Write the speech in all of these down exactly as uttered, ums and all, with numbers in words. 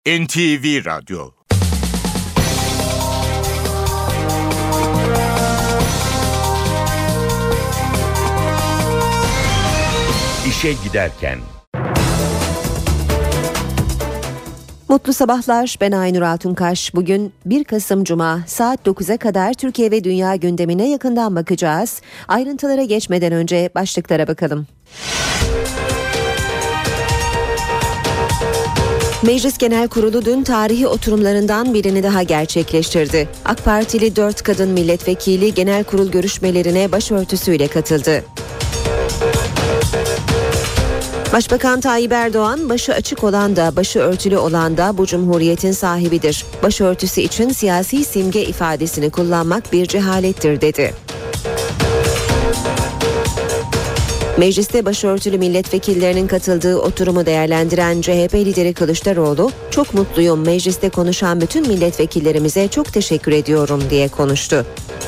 N T V Radyo. İşe giderken. Mutlu sabahlar, ben Aynur Altunkaş. Bugün bir Kasım Cuma, saat dokuza kadar Türkiye ve dünya gündemine yakından bakacağız. Ayrıntılara geçmeden önce başlıklara bakalım. Meclis Genel Kurulu dün tarihi oturumlarından birini daha gerçekleştirdi. AK Partili dört kadın milletvekili genel kurul görüşmelerine başörtüsüyle katıldı. Başbakan Tayyip Erdoğan, başı açık olan da başı örtülü olan da bu cumhuriyetin sahibidir. Başörtüsü için siyasi simge ifadesini kullanmak bir cehalettir dedi. Mecliste başörtülü milletvekillerinin katıldığı oturumu değerlendiren C H P lideri Kılıçdaroğlu, "Çok mutluyum, mecliste konuşan bütün milletvekillerimize çok teşekkür ediyorum" diye konuştu.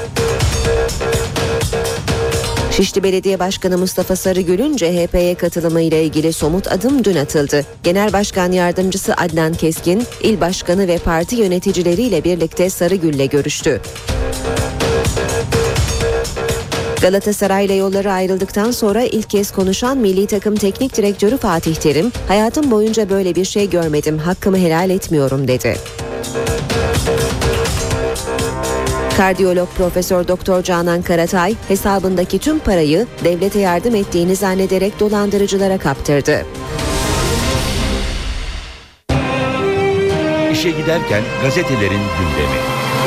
Şişli Belediye Başkanı Mustafa Sarıgül'ün C H P'ye katılımı ile ilgili somut adım dün atıldı. Genel Başkan Yardımcısı Adnan Keskin, il başkanı ve parti yöneticileriyle birlikte Sarıgül'le görüştü. Galatasaray'la yolları ayrıldıktan sonra ilk kez konuşan milli takım teknik direktörü Fatih Terim, "Hayatım boyunca böyle bir şey görmedim, hakkımı helal etmiyorum" dedi. Kardiyolog Profesör Doktor Canan Karatay, hesabındaki tüm parayı devlete yardım ettiğini zannederek dolandırıcılara kaptırdı. İşe giderken gazetelerin gündemi.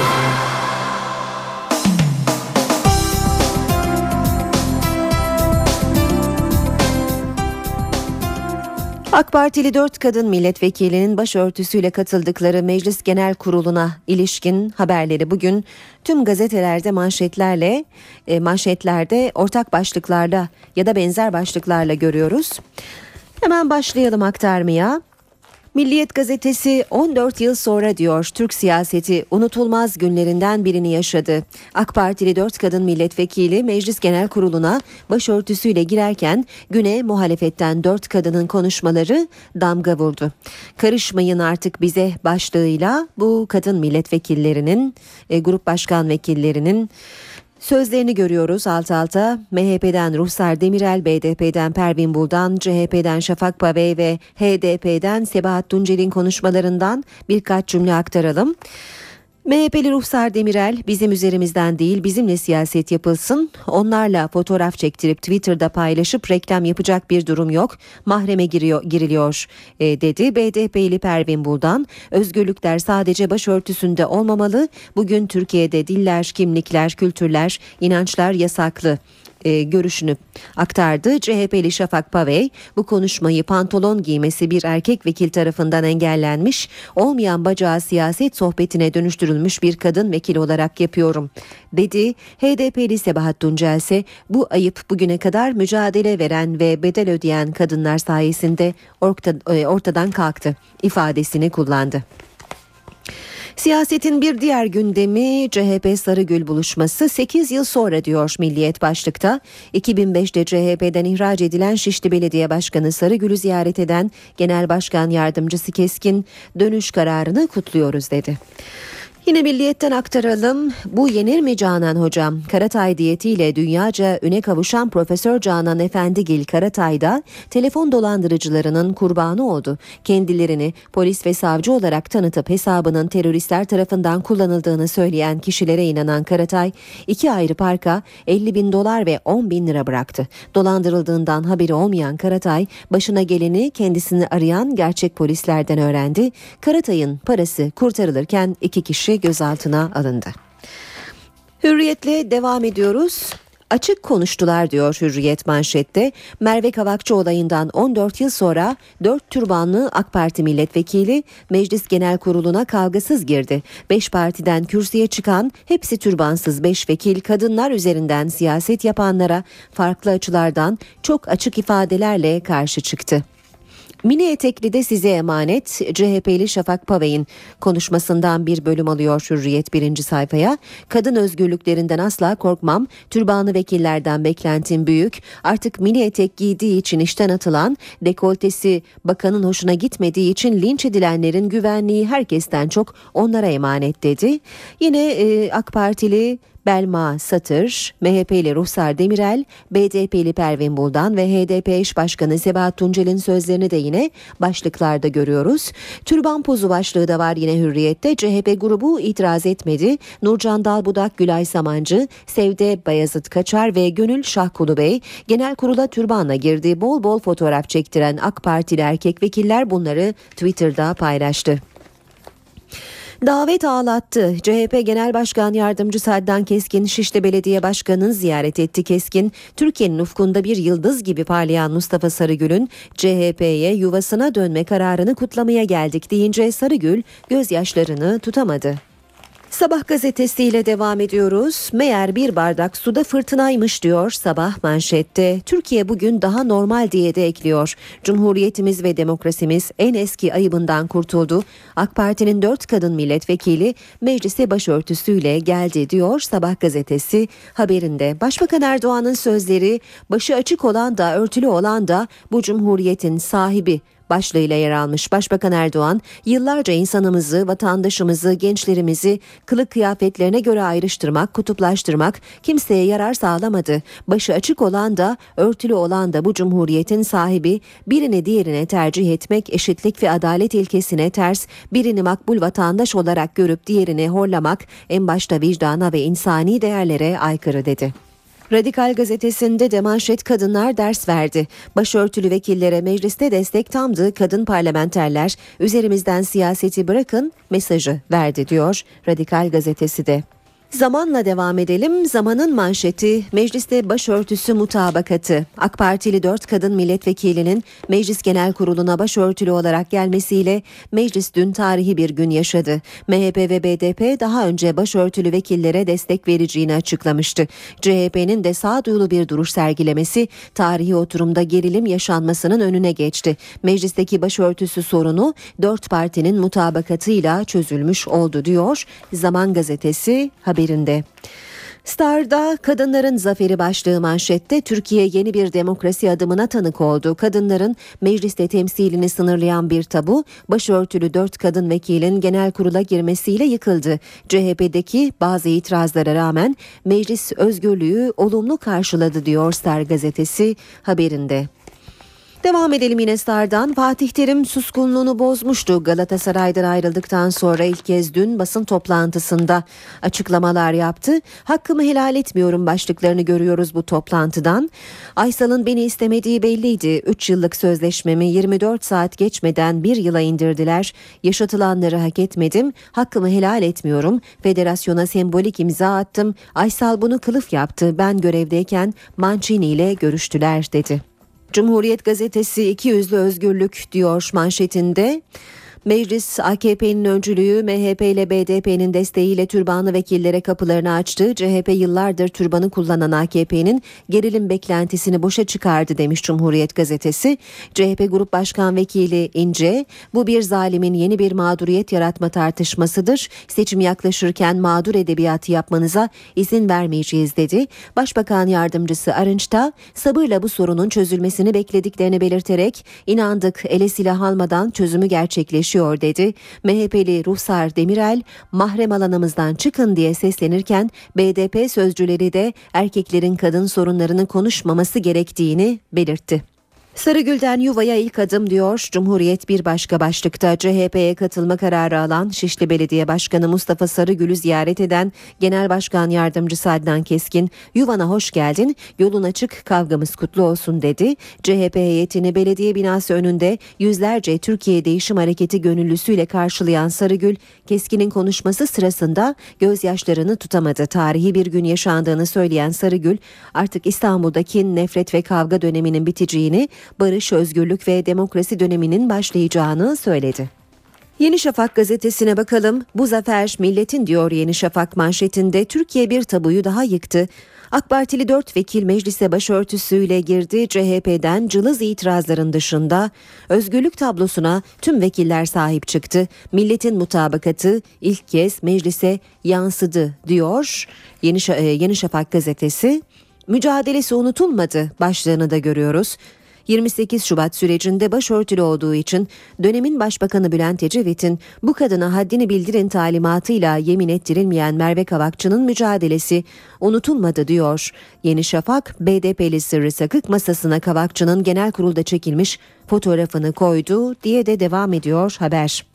AK Partili dört kadın milletvekilinin başörtüsüyle katıldıkları Meclis Genel Kurulu'na ilişkin haberleri bugün tüm gazetelerde manşetlerle, e, manşetlerde ortak başlıklarla ya da benzer başlıklarla görüyoruz. Hemen başlayalım aktarmaya. Milliyet gazetesi on dört yıl sonra diyor, Türk siyaseti unutulmaz günlerinden birini yaşadı. AK Partili dört kadın milletvekili Meclis Genel Kurulu'na başörtüsüyle girerken güne muhalefetten dört kadının konuşmaları damga vurdu. "Karışmayın artık bize" başlığıyla bu kadın milletvekillerinin, e, grup başkan vekillerinin sözlerini görüyoruz alt alta. M H P'den Ruhsar Demirel, B D P'den Pervin Buldan, C H P'den Şafak Pavey ve H D P'den Sebahat Tuncel'in konuşmalarından birkaç cümle aktaralım. M H P'li Ruhsar Demirel, "Bizim üzerimizden değil, bizimle siyaset yapılsın. Onlarla fotoğraf çektirip Twitter'da paylaşıp reklam yapacak bir durum yok. Mahreme giriyor, giriliyor" e, dedi. B D P'li Pervin Buldan, "Özgürlükler sadece başörtüsünde olmamalı. Bugün Türkiye'de diller, kimlikler, kültürler, inançlar yasaklı" E, görüşünü aktardı. C H P'li Şafak Pavey, "Bu konuşmayı pantolon giymesi bir erkek vekil tarafından engellenmiş, olmayan bacağı siyaset sohbetine dönüştürülmüş bir kadın vekil olarak yapıyorum" dedi. H D P'li Sebahat Tuncel ise "Bu ayıp bugüne kadar mücadele veren ve bedel ödeyen kadınlar sayesinde orta, ortadan kalktı" ifadesini kullandı. Siyasetin bir diğer gündemi C H P Sarıgül buluşması. sekiz yıl sonra diyor Milliyet başlıkta. iki bin beşte C H P'den ihraç edilen Şişli Belediye Başkanı Sarıgül'ü ziyaret eden Genel Başkan Yardımcısı Keskin, "Dönüş kararını kutluyoruz" dedi. Yine Milliyet'ten aktaralım. "Bu yenir mi Canan Hocam?" Karatay diyetiyle dünyaca üne kavuşan Profesör Canan Efendigil Karatay'da telefon dolandırıcılarının kurbanı oldu. Kendilerini polis ve savcı olarak tanıtıp hesabının teröristler tarafından kullanıldığını söyleyen kişilere inanan Karatay, iki ayrı parka elli bin dolar ve on bin lira bıraktı. Dolandırıldığından haberi olmayan Karatay, başına geleni kendisini arayan gerçek polislerden öğrendi. Karatay'ın parası kurtarılırken iki kişi gözaltına alındı. Hürriyetle devam ediyoruz. "Açık konuştular" diyor Hürriyet manşette. Merve Kavakçı olayından on dört yıl sonra dört türbanlı AK Parti milletvekili Meclis Genel Kurulu'na kavgasız girdi. beş partiden kürsüye çıkan, hepsi türbansız beş vekil, kadınlar üzerinden siyaset yapanlara farklı açılardan çok açık ifadelerle karşı çıktı. Mini etekli de size emanet. C H P'li Şafak Pavey'in konuşmasından bir bölüm alıyor Hürriyet birinci sayfaya. Kadın özgürlüklerinden asla korkmam. Türbanlı vekillerden beklentim büyük. Artık mini etek giydiği için işten atılan, dekoltesi bakanın hoşuna gitmediği için linç edilenlerin güvenliği herkesten çok onlara emanet dedi. Yine e, AK Partili Belma Satır, M H P'li Ruhsar Demirel, B D P'li Pervin Buldan ve H D P eş başkanı Sebahat Tuncel'in sözlerini de yine başlıklarda görüyoruz. Türban pozu başlığı da var yine Hürriyet'te. C H P grubu itiraz etmedi. Nurcan Dalbudak, Gülay Samancı, Sevde Bayazıt Kaçar ve Gönül Şahkulubey genel kurula türbanla girdi. Bol bol fotoğraf çektiren AK Partili erkek vekiller bunları Twitter'da paylaştı. Davet ağlattı. C H P Genel Başkan Yardımcısı Adnan Keskin, Şişli Belediye Başkanı'nı ziyaret etti. Keskin, Türkiye'nin ufkunda bir yıldız gibi parlayan Mustafa Sarıgül'ün C H P'ye yuvasına dönme kararını kutlamaya geldik deyince Sarıgül gözyaşlarını tutamadı. Sabah gazetesiyle devam ediyoruz. Meğer bir bardak suda fırtınaymış diyor Sabah manşette. Türkiye bugün daha normal diye de ekliyor. Cumhuriyetimiz ve demokrasimiz en eski ayıbından kurtuldu. AK Parti'nin dört kadın milletvekili meclise başörtüsüyle geldi diyor Sabah gazetesi haberinde. Başbakan Erdoğan'ın sözleri, başı açık olan da örtülü olan da bu cumhuriyetin sahibi başlığıyla yer almış. Başbakan Erdoğan, yıllarca insanımızı, vatandaşımızı, gençlerimizi kılık kıyafetlerine göre ayrıştırmak, kutuplaştırmak kimseye yarar sağlamadı. Başı açık olan da, örtülü olan da bu cumhuriyetin sahibi, birini diğerine tercih etmek, eşitlik ve adalet ilkesine ters, birini makbul vatandaş olarak görüp diğerini horlamak, en başta vicdana ve insani değerlere aykırı dedi. Radikal gazetesinde de manşet kadınlar ders verdi. Başörtülü vekillere mecliste destek tamdı. Kadın parlamenterler üzerimizden siyaseti bırakın mesajı verdi diyor Radikal gazetesi de. Zamanla devam edelim. Zamanın manşeti mecliste başörtüsü mutabakatı. AK Partili dört kadın milletvekilinin Meclis Genel Kurulu'na başörtülü olarak gelmesiyle meclis dün tarihi bir gün yaşadı. M H P ve B D P daha önce başörtülü vekillere destek vereceğini açıklamıştı. C H P'nin de sağduyulu bir duruş sergilemesi tarihi oturumda gerilim yaşanmasının önüne geçti. Meclisteki başörtüsü sorunu dört partinin mutabakatıyla çözülmüş oldu diyor Zaman gazetesi haberinde. Star'da kadınların zaferi başlığı manşette. Türkiye yeni bir demokrasi adımına tanık oldu. Kadınların mecliste temsilini sınırlayan bir tabu, başörtülü dört kadın vekilin genel kurula girmesiyle yıkıldı. C H P'deki bazı itirazlara rağmen meclis özgürlüğü olumlu karşıladı diyor Star gazetesi haberinde. Devam edelim yine Star'dan. Fatih Terim suskunluğunu bozmuştu. Galatasaray'dan ayrıldıktan sonra ilk kez dün basın toplantısında açıklamalar yaptı. Hakkımı helal etmiyorum başlıklarını görüyoruz bu toplantıdan. Aysal'ın beni istemediği belliydi. üç yıllık sözleşmemi yirmi dört saat geçmeden bir yıla indirdiler. Yaşatılanları hak etmedim. Hakkımı helal etmiyorum. Federasyona sembolik imza attım. Aysal bunu kılıf yaptı. Ben görevdeyken Mancini ile görüştüler dedi. Cumhuriyet gazetesi iki yüzlü özgürlük diyor manşetinde. Meclis A K P'nin öncülüğü M H P ile B D P'nin desteğiyle türbanlı vekillere kapılarını açtı. C H P yıllardır türbanı kullanan A K P'nin gerilim beklentisini boşa çıkardı demiş Cumhuriyet gazetesi. C H P Grup Başkan Vekili İnce, bu bir zalimin yeni bir mağduriyet yaratma tartışmasıdır. Seçim yaklaşırken mağdur edebiyatı yapmanıza izin vermeyeceğiz dedi. Başbakan Yardımcısı Arınç da sabırla bu sorunun çözülmesini beklediklerini belirterek inandık ele silah almadan çözümü gerçekleşiyor dedi. M H P'li Ruhsar Demirel mahrem alanımızdan çıkın diye seslenirken B D P sözcüleri de erkeklerin kadın sorunlarını konuşmaması gerektiğini belirtti. Sarıgül'den yuvaya ilk adım diyor Cumhuriyet bir başka başlıkta. C H P'ye katılma kararı alan Şişli Belediye Başkanı Mustafa Sarıgül'ü ziyaret eden Genel Başkan Yardımcısı Adnan Keskin, yuvana hoş geldin, yolun açık, kavgamız kutlu olsun dedi. C H P heyetini belediye binası önünde yüzlerce Türkiye Değişim Hareketi gönüllüsüyle karşılayan Sarıgül, Keskin'in konuşması sırasında gözyaşlarını tutamadı. Tarihi bir gün yaşandığını söyleyen Sarıgül, artık İstanbul'daki nefret ve kavga döneminin biteceğini, barış, özgürlük ve demokrasi döneminin başlayacağını söyledi. Yeni Şafak gazetesine bakalım. Bu zafer milletin diyor Yeni Şafak manşetinde. Türkiye bir tabuyu daha yıktı. AK Partili dört vekil meclise başörtüsüyle girdi. C H P'den cılız itirazların dışında özgürlük tablosuna tüm vekiller sahip çıktı. Milletin mutabakatı ilk kez meclise yansıdı diyor Yeni, Yeni Şafak gazetesi. Mücadelesi unutulmadı başlığını da görüyoruz. yirmi sekiz Şubat sürecinde başörtülü olduğu için dönemin Başbakanı Bülent Ecevit'in bu kadına haddini bildirin talimatıyla yemin ettirilmeyen Merve Kavakçı'nın mücadelesi unutulmadı diyor Yeni Şafak. B D P'li Sırrı Sakık masasına Kavakçı'nın genel kurulda çekilmiş fotoğrafını koydu diye de devam ediyor haber.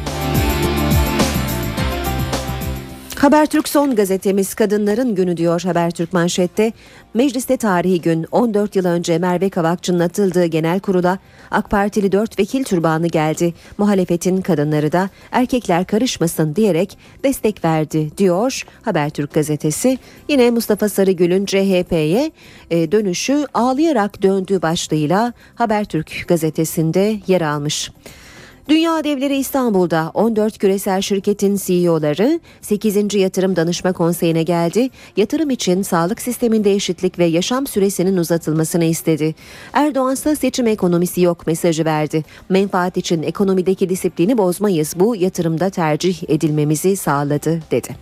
Habertürk son gazetemiz kadınların günü diyor Habertürk manşette. Mecliste tarihi gün on dört yıl önce Merve Kavakçı'nın atıldığı genel kurula AK Partili dört vekil türbanı geldi. Muhalefetin kadınları da erkekler karışmasın diyerek destek verdi diyor Habertürk gazetesi. Yine Mustafa Sarıgül'ün C H P'ye dönüşü ağlayarak döndüğü başlığıyla Habertürk gazetesinde yer almış. Dünya devleri İstanbul'da on dört küresel şirketin C E O'ları sekizinci Yatırım Danışma Konseyi'ne geldi. Yatırım için sağlık sisteminde eşitlik ve yaşam süresinin uzatılmasını istedi. Erdoğan ise seçim ekonomisi yok mesajı verdi. Menfaat için ekonomideki disiplini bozmayız, bu yatırımda tercih edilmemizi sağladı dedi.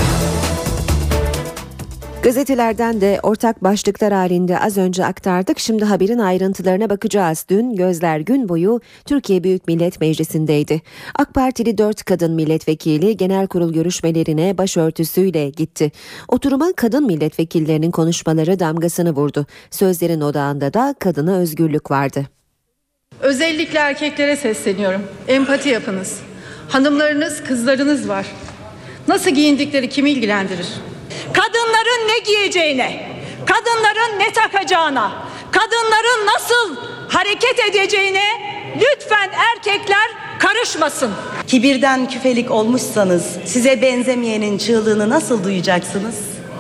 Gazetelerden de ortak başlıklar halinde az önce aktardık. Şimdi haberin ayrıntılarına bakacağız. Dün gözler gün boyu Türkiye Büyük Millet Meclisi'ndeydi. AK Partili dört kadın milletvekili genel kurul görüşmelerine başörtüsüyle gitti. Oturuma kadın milletvekillerinin konuşmaları damgasını vurdu. Sözlerin odağında da kadına özgürlük vardı. Özellikle erkeklere sesleniyorum. Empati yapınız. Hanımlarınız, kızlarınız var. Nasıl giyindikleri kimi ilgilendirir? Kadınların ne giyeceğine, kadınların ne takacağına, kadınların nasıl hareket edeceğine lütfen erkekler karışmasın. Kibirden küfelik olmuşsanız size benzemeyenin çığlığını nasıl duyacaksınız?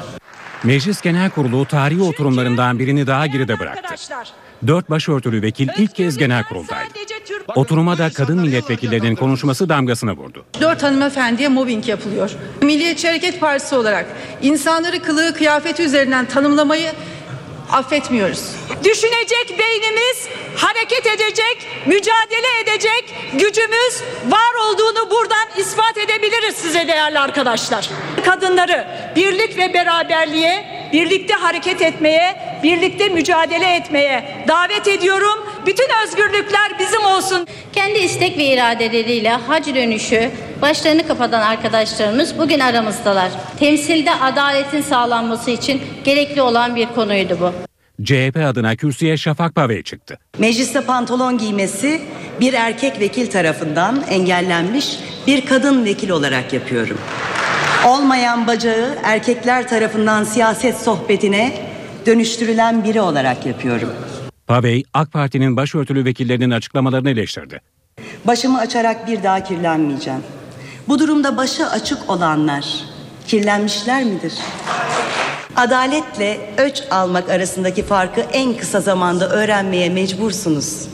Meclis Genel Kurulu tarihi oturumlarından birini daha geride bıraktı. Dört başörtülü vekil ilk kez genel kuruldaydı. Oturuma da kadın milletvekillerinin konuşması damgasını vurdu. Dört hanımefendiye mobbing yapılıyor. Milliyetçi Hareket Partisi olarak insanları kılığı kıyafeti üzerinden tanımlamayı affetmiyoruz. Düşünecek beynimiz, hareket edecek, mücadele edecek gücümüz var olduğunu buradan ispat edebiliriz size değerli arkadaşlar. Kadınları birlik ve beraberliğe, birlikte hareket etmeye, birlikte mücadele etmeye davet ediyorum. Bütün özgürlükler bizim olsun. Kendi istek ve iradeleriyle hac dönüşü başlarını kapatan arkadaşlarımız bugün aramızdalar. Temsilde adaletin sağlanması için gerekli olan bir konuydu bu. C H P adına kürsüye Şafak Pavey çıktı. Mecliste pantolon giymesi bir erkek vekil tarafından engellenmiş bir kadın vekil olarak yapıyorum. Olmayan bacağı erkekler tarafından siyaset sohbetine dönüştürülen biri olarak yapıyorum. Pavey, AK Parti'nin başörtülü vekillerinin açıklamalarını eleştirdi. Başımı açarak bir daha kirlenmeyeceğim. Bu durumda başı açık olanlar kirlenmişler midir? Adaletle öç almak arasındaki farkı en kısa zamanda öğrenmeye mecbursunuz.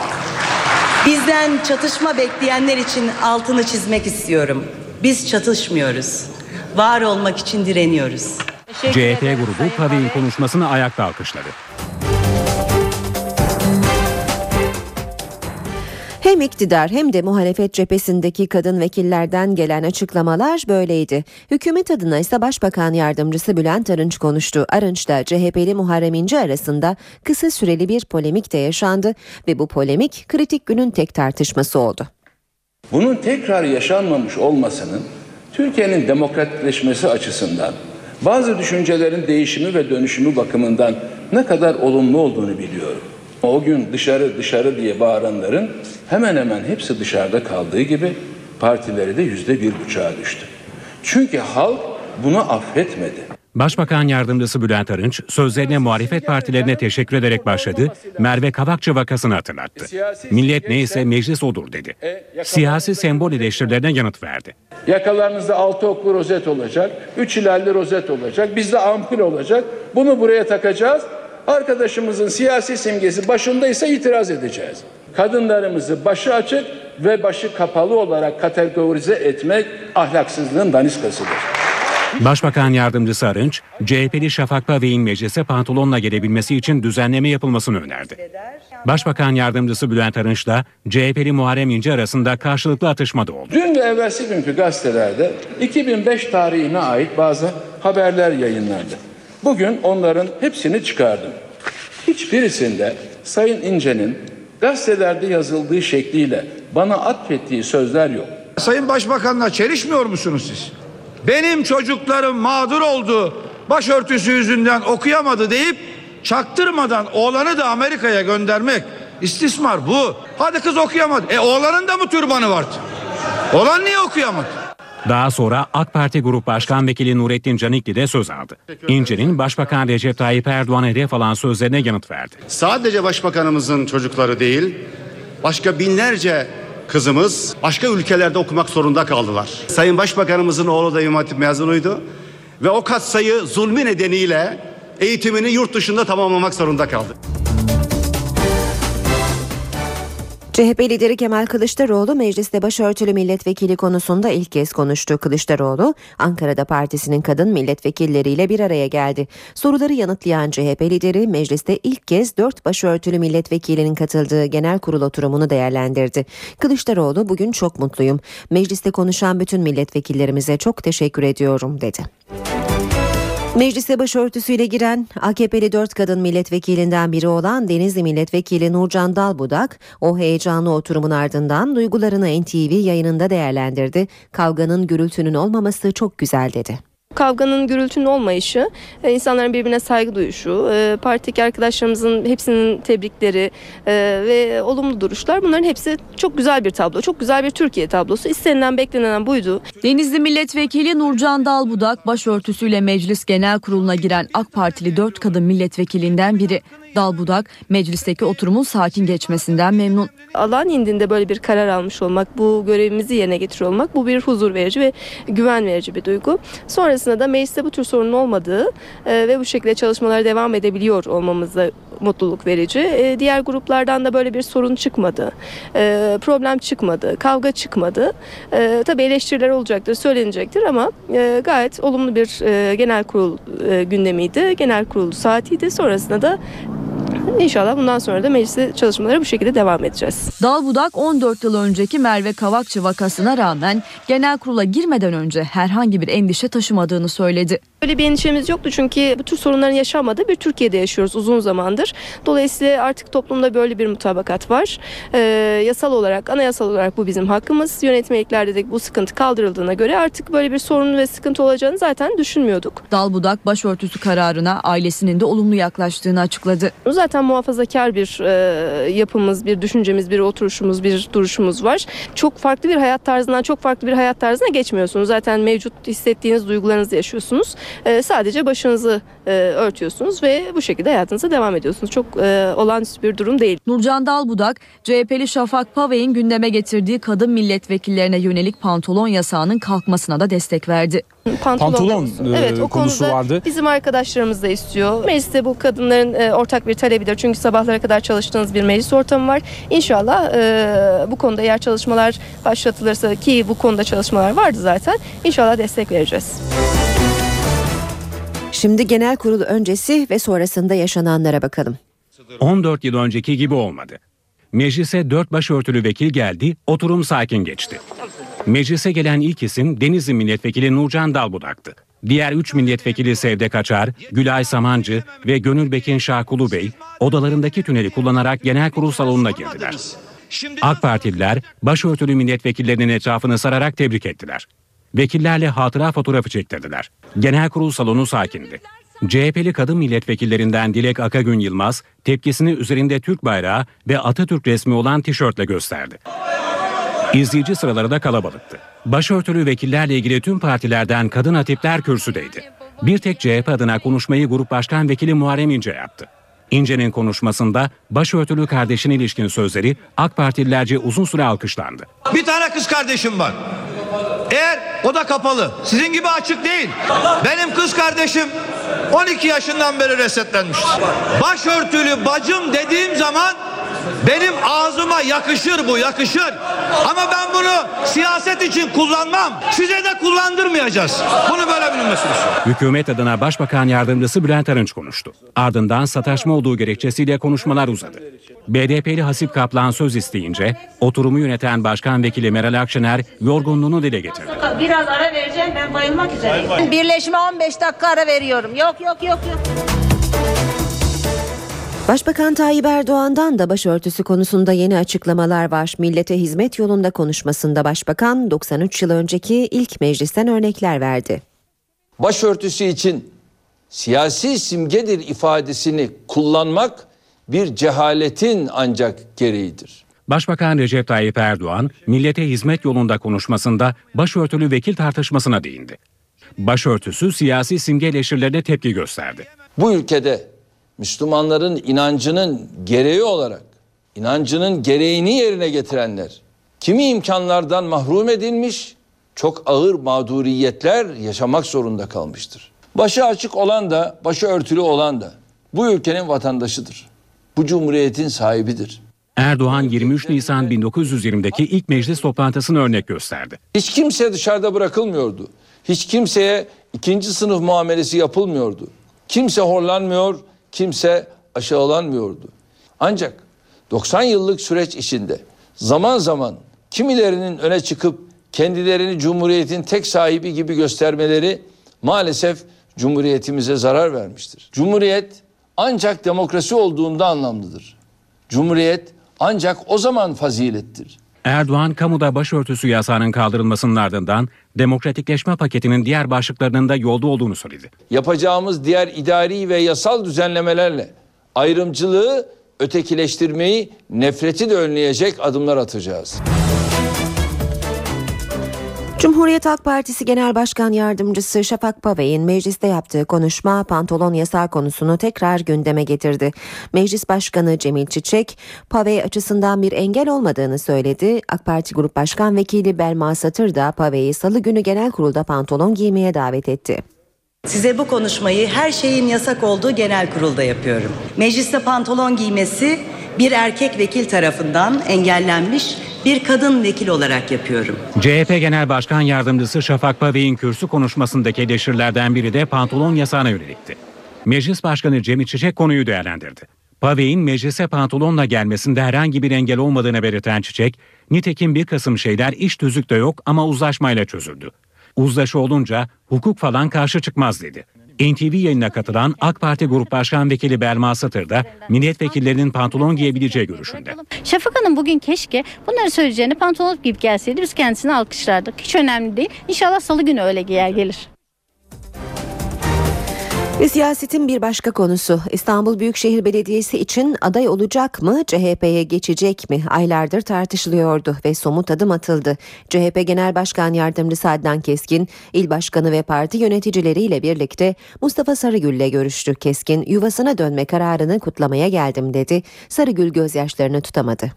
Bizden çatışma bekleyenler için altını çizmek istiyorum. Biz çatışmıyoruz. Var olmak için direniyoruz. C H P grubu Pavey'in konuşmasını ayakta alkışladı. Hem iktidar hem de muhalefet cephesindeki kadın vekillerden gelen açıklamalar böyleydi. Hükümet adına ise Başbakan Yardımcısı Bülent Arınç konuştu. Arınç'la C H P'li Muharrem İnce arasında kısa süreli bir polemik de yaşandı ve bu polemik kritik günün tek tartışması oldu. Bunun tekrar yaşanmamış olmasının Türkiye'nin demokratikleşmesi açısından bazı düşüncelerin değişimi ve dönüşümü bakımından ne kadar olumlu olduğunu biliyorum. O gün dışarı dışarı diye bağıranların hemen hemen hepsi dışarıda kaldığı gibi partileri de yüzde bir buçuğa düştü. Çünkü halk bunu affetmedi. Başbakan Yardımcısı Bülent Arınç sözlerine muhalefet partilerine teşekkür ederek başladı, Merve Kavakçı vakasını hatırlattı. Millet neyse meclis odur dedi. Siyasi sembol eleştirilerine yanıt verdi. Yakalarınızda altı oklu rozet olacak, üç hilalli rozet olacak, bizde ampul olacak, bunu buraya takacağız. Arkadaşımızın siyasi simgesi başındaysa itiraz edeceğiz. Kadınlarımızı başı açık ve başı kapalı olarak kategorize etmek ahlaksızlığın daniskasıdır. Başbakan Yardımcısı Arınç, C H P'li Şafak Pavey'in meclise pantolonla gelebilmesi için düzenleme yapılmasını önerdi. Başbakan Yardımcısı Bülent Arınç'la C H P'li Muharrem İnce arasında karşılıklı atışma da oldu. Dün ve evvelsi günkü gazetelerde iki bin beş tarihine ait bazı haberler yayınlandı. Bugün onların hepsini çıkardım. Hiçbirisinde Sayın İnce'nin gazetelerde yazıldığı şekliyle bana atfettiği sözler yok. Sayın Başbakan'la çelişmiyor musunuz siz? Benim çocuklarım mağdur oldu, başörtüsü yüzünden okuyamadı deyip çaktırmadan oğlanı da Amerika'ya göndermek istismar bu. Hadi kız okuyamadı. E oğlanın da mı türbanı vardı? Oğlan niye okuyamadı? Daha sonra AK Parti Grup Başkan Vekili Nurettin Canikli de söz aldı. İnce'nin Başbakan Recep Tayyip Erdoğan'a hedef alan sözlerine yanıt verdi. Sadece Başbakanımızın çocukları değil, başka binlerce kızımız başka ülkelerde okumak zorunda kaldılar. Sayın Başbakanımızın oğlu da İmam Hatip mezunuydu ve o katsayı zulmü nedeniyle eğitimini yurt dışında tamamlamak zorunda kaldı. C H P lideri Kemal Kılıçdaroğlu mecliste başörtülü milletvekili konusunda ilk kez konuştu. Kılıçdaroğlu Ankara'da partisinin kadın milletvekilleriyle bir araya geldi. Soruları yanıtlayan C H P lideri mecliste ilk kez dört başörtülü milletvekilinin katıldığı genel kurul oturumunu değerlendirdi. Kılıçdaroğlu bugün çok mutluyum. Mecliste konuşan bütün milletvekillerimize çok teşekkür ediyorum dedi. Meclise başörtüsüyle giren A K P'li dört kadın milletvekilinden biri olan Denizli Milletvekili Nurcan Dalbudak, o heyecanlı oturumun ardından duygularını N T V yayınında değerlendirdi. Kavganın, gürültünün olmaması çok güzel dedi. Kavganın, gürültünün olmayışı, insanların birbirine saygı duyuşu, partideki arkadaşlarımızın hepsinin tebrikleri ve olumlu duruşlar, bunların hepsi çok güzel bir tablo. Çok güzel bir Türkiye tablosu. İstenilen, beklenen buydu. Denizli Milletvekili Nurcan Dalbudak başörtüsüyle Meclis Genel Kurulu'na giren AK Partili dört kadın milletvekilinden biri. Dalbudak meclisteki oturumun sakin geçmesinden memnun. Alan indinde böyle bir karar almış olmak, bu görevimizi yerine getiriyor olmak, bu bir huzur verici ve güven verici bir duygu. Sonrasında da mecliste bu tür sorunun olmadığı e, ve bu şekilde çalışmalara devam edebiliyor olmamız da mutluluk verici. E, diğer gruplardan da böyle bir sorun çıkmadı, e, problem çıkmadı, kavga çıkmadı. E, tabii eleştiriler olacaktır, söylenecektir ama e, gayet olumlu bir e, genel kurul e, gündemiydi, genel kurul saatiydi. Sonrasında da İnşallah bundan sonra da mecliste çalışmalara bu şekilde devam edeceğiz. Dalbudak on dört yıl önceki Merve Kavakçı vakasına rağmen genel kurula girmeden önce herhangi bir endişe taşımadığını söyledi. Böyle bir endişemiz yoktu çünkü bu tür sorunların yaşanmadığı bir Türkiye'de yaşıyoruz uzun zamandır. Dolayısıyla artık toplumda böyle bir mutabakat var. Ee, yasal olarak, anayasal olarak bu bizim hakkımız. Yönetmeliklerde de bu sıkıntı kaldırıldığına göre artık böyle bir sorun ve sıkıntı olacağını zaten düşünmüyorduk. Dalbudak başörtüsü kararına ailesinin de olumlu yaklaştığını açıkladı. Zaten muhafazakar bir e, yapımız, bir düşüncemiz, bir oturuşumuz, bir duruşumuz var. Çok farklı bir hayat tarzından çok farklı bir hayat tarzına geçmiyorsunuz. Zaten mevcut hissettiğiniz duygularınızı yaşıyorsunuz. E, sadece başınızı e, örtüyorsunuz ve bu şekilde hayatınıza devam ediyorsunuz. Çok e, olağanüstü bir durum değil. Nurcan Dalbudak, C H P'li Şafak Pavey'in gündeme getirdiği kadın milletvekillerine yönelik pantolon yasağının kalkmasına da destek verdi. Pantolon, Pantolon konusu. Evet, o konusu vardı. Bizim arkadaşlarımız da istiyor. Mecliste bu kadınların e, ortak bir talebidir. Çünkü sabahlara kadar çalıştığınız bir meclis ortamı var. İnşallah e, bu konuda eğer çalışmalar başlatılırsa, ki bu konuda çalışmalar vardı zaten, İnşallah destek vereceğiz. Şimdi genel kurul öncesi ve sonrasında yaşananlara bakalım. on dört yıl önceki gibi olmadı. Meclise dört başörtülü vekil geldi, oturum sakin geçti. Meclise gelen ilk isim Denizli Milletvekili Nurcan Dalbudak'tı. Diğer üç milletvekili Sevde Kaçar, Gülay Samancı ve Gönül Bekin Şakulu Bey odalarındaki tüneli kullanarak genel kurul salonuna girdiler. AK Partililer başörtülü milletvekillerinin etrafını sararak tebrik ettiler. Vekillerle hatıra fotoğrafı çektirdiler. Genel kurul salonu sakindi. C H P'li kadın milletvekillerinden Dilek Akagün Yılmaz tepkisini üzerinde Türk bayrağı ve Atatürk resmi olan tişörtle gösterdi. İzleyici sıraları da kalabalıktı. Başörtülü vekillerle ilgili tüm partilerden kadın hatipler kürsüdeydi. Bir tek C H P adına konuşmayı Grup Başkan Vekili Muharrem İnce yaptı. İnce'nin konuşmasında başörtülü kardeşine ilişkin sözleri AK Partililerce uzun süre alkışlandı. Bir tane kız kardeşim var. Eğer o da kapalı, sizin gibi açık değil. Benim kız kardeşim on iki yaşından beri resetlenmiştir. Başörtülü bacım dediğim zaman Benim ağzıma yakışır bu, yakışır. Ama ben bunu siyaset için kullanmam. Size de kullandırmayacağız. Bunu böyle bilinmesini istiyorum. Hükümet adına Başbakan Yardımcısı Bülent Arınç konuştu. Ardından sataşma olduğu gerekçesiyle konuşmalar uzadı. B D P'li Hasip Kaplan söz isteyince oturumu yöneten Başkan Vekili Meral Akşener yorgunluğunu dile getirdi. Biraz ara vereceğim, ben bayılmak üzereyim. Birleşime on beş dakika ara veriyorum. Yok yok yok yok. Başbakan Tayyip Erdoğan'dan da başörtüsü konusunda yeni açıklamalar var. Millete hizmet yolunda konuşmasında Başbakan doksan üç yıl önceki ilk meclisten örnekler verdi. Başörtüsü için siyasi simgedir ifadesini kullanmak bir cehaletin ancak gereğidir. Başbakan Recep Tayyip Erdoğan, millete hizmet yolunda konuşmasında başörtülü vekil tartışmasına değindi. Başörtüsü siyasi simge eleştirilerine tepki gösterdi. Bu ülkede Müslümanların inancının gereği olarak, inancının gereğini yerine getirenler, kimi imkanlardan mahrum edilmiş, çok ağır mağduriyetler yaşamak zorunda kalmıştır. Başı açık olan da, başı örtülü olan da bu ülkenin vatandaşıdır. Bu cumhuriyetin sahibidir. Erdoğan yirmi üç Nisan bin dokuz yüz yirmideki ilk meclis toplantısını örnek gösterdi. Hiç kimse dışarıda bırakılmıyordu. Hiç kimseye ikinci sınıf muamelesi yapılmıyordu. Kimse horlanmıyor, kimse aşağılanmıyordu. Ancak doksan yıllık süreç içinde zaman zaman kimilerinin öne çıkıp kendilerini Cumhuriyet'in tek sahibi gibi göstermeleri maalesef Cumhuriyetimize zarar vermiştir. Cumhuriyet ancak demokrasi olduğunda anlamlıdır. Cumhuriyet ancak o zaman fazilettir. Erdoğan, kamuda başörtüsü yasağının kaldırılmasının ardından demokratikleşme paketinin diğer başlıklarının da yolda olduğunu söyledi. Yapacağımız diğer idari ve yasal düzenlemelerle ayrımcılığı, ötekileştirmeyi, nefreti de önleyecek adımlar atacağız. Cumhuriyet Halk Partisi Genel Başkan Yardımcısı Şafak Pavey'in mecliste yaptığı konuşma pantolon yasağı konusunu tekrar gündeme getirdi. Meclis Başkanı Cemil Çiçek, Pavey açısından bir engel olmadığını söyledi. AK Parti Grup Başkan Vekili Belma Satır da Pavey'i Salı günü genel kurulda pantolon giymeye davet etti. Size bu konuşmayı her şeyin yasak olduğu genel kurulda yapıyorum. Mecliste pantolon giymesi bir erkek vekil tarafından engellenmiş bir kadın vekil olarak yapıyorum. C H P Genel Başkan Yardımcısı Şafak Pavey'in kürsü konuşmasındaki eleştirilerden biri de pantolon yasağına yönelikti. Meclis Başkanı Cemil Çiçek konuyu değerlendirdi. Pavey'in meclise pantolonla gelmesinde herhangi bir engel olmadığını belirten Çiçek, nitekim bir kısım şeyler iş tüzükte yok ama uzlaşmayla çözüldü. Uzlaşı olunca hukuk falan karşı çıkmaz dedi. N T V yayınına katılan AK Parti Grup Başkan Vekili Belma Satır da milletvekillerinin pantolon giyebileceği görüşünde. Şafak Hanım bugün keşke bunları söyleyeceğini pantolon giyip gelseydi, biz kendisini alkışlardık. Hiç önemli değil. İnşallah Salı günü öyle giyer gelir. Ve siyasetin bir başka konusu, İstanbul Büyükşehir Belediyesi için aday olacak mı, C H P'ye geçecek mi? Aylardır tartışılıyordu ve somut adım atıldı. C H P Genel Başkan Yardımcısı Adnan Keskin, il başkanı ve parti yöneticileriyle birlikte Mustafa Sarıgül'le görüştü. Keskin, yuvasına dönme kararını kutlamaya geldim dedi. Sarıgül gözyaşlarını tutamadı.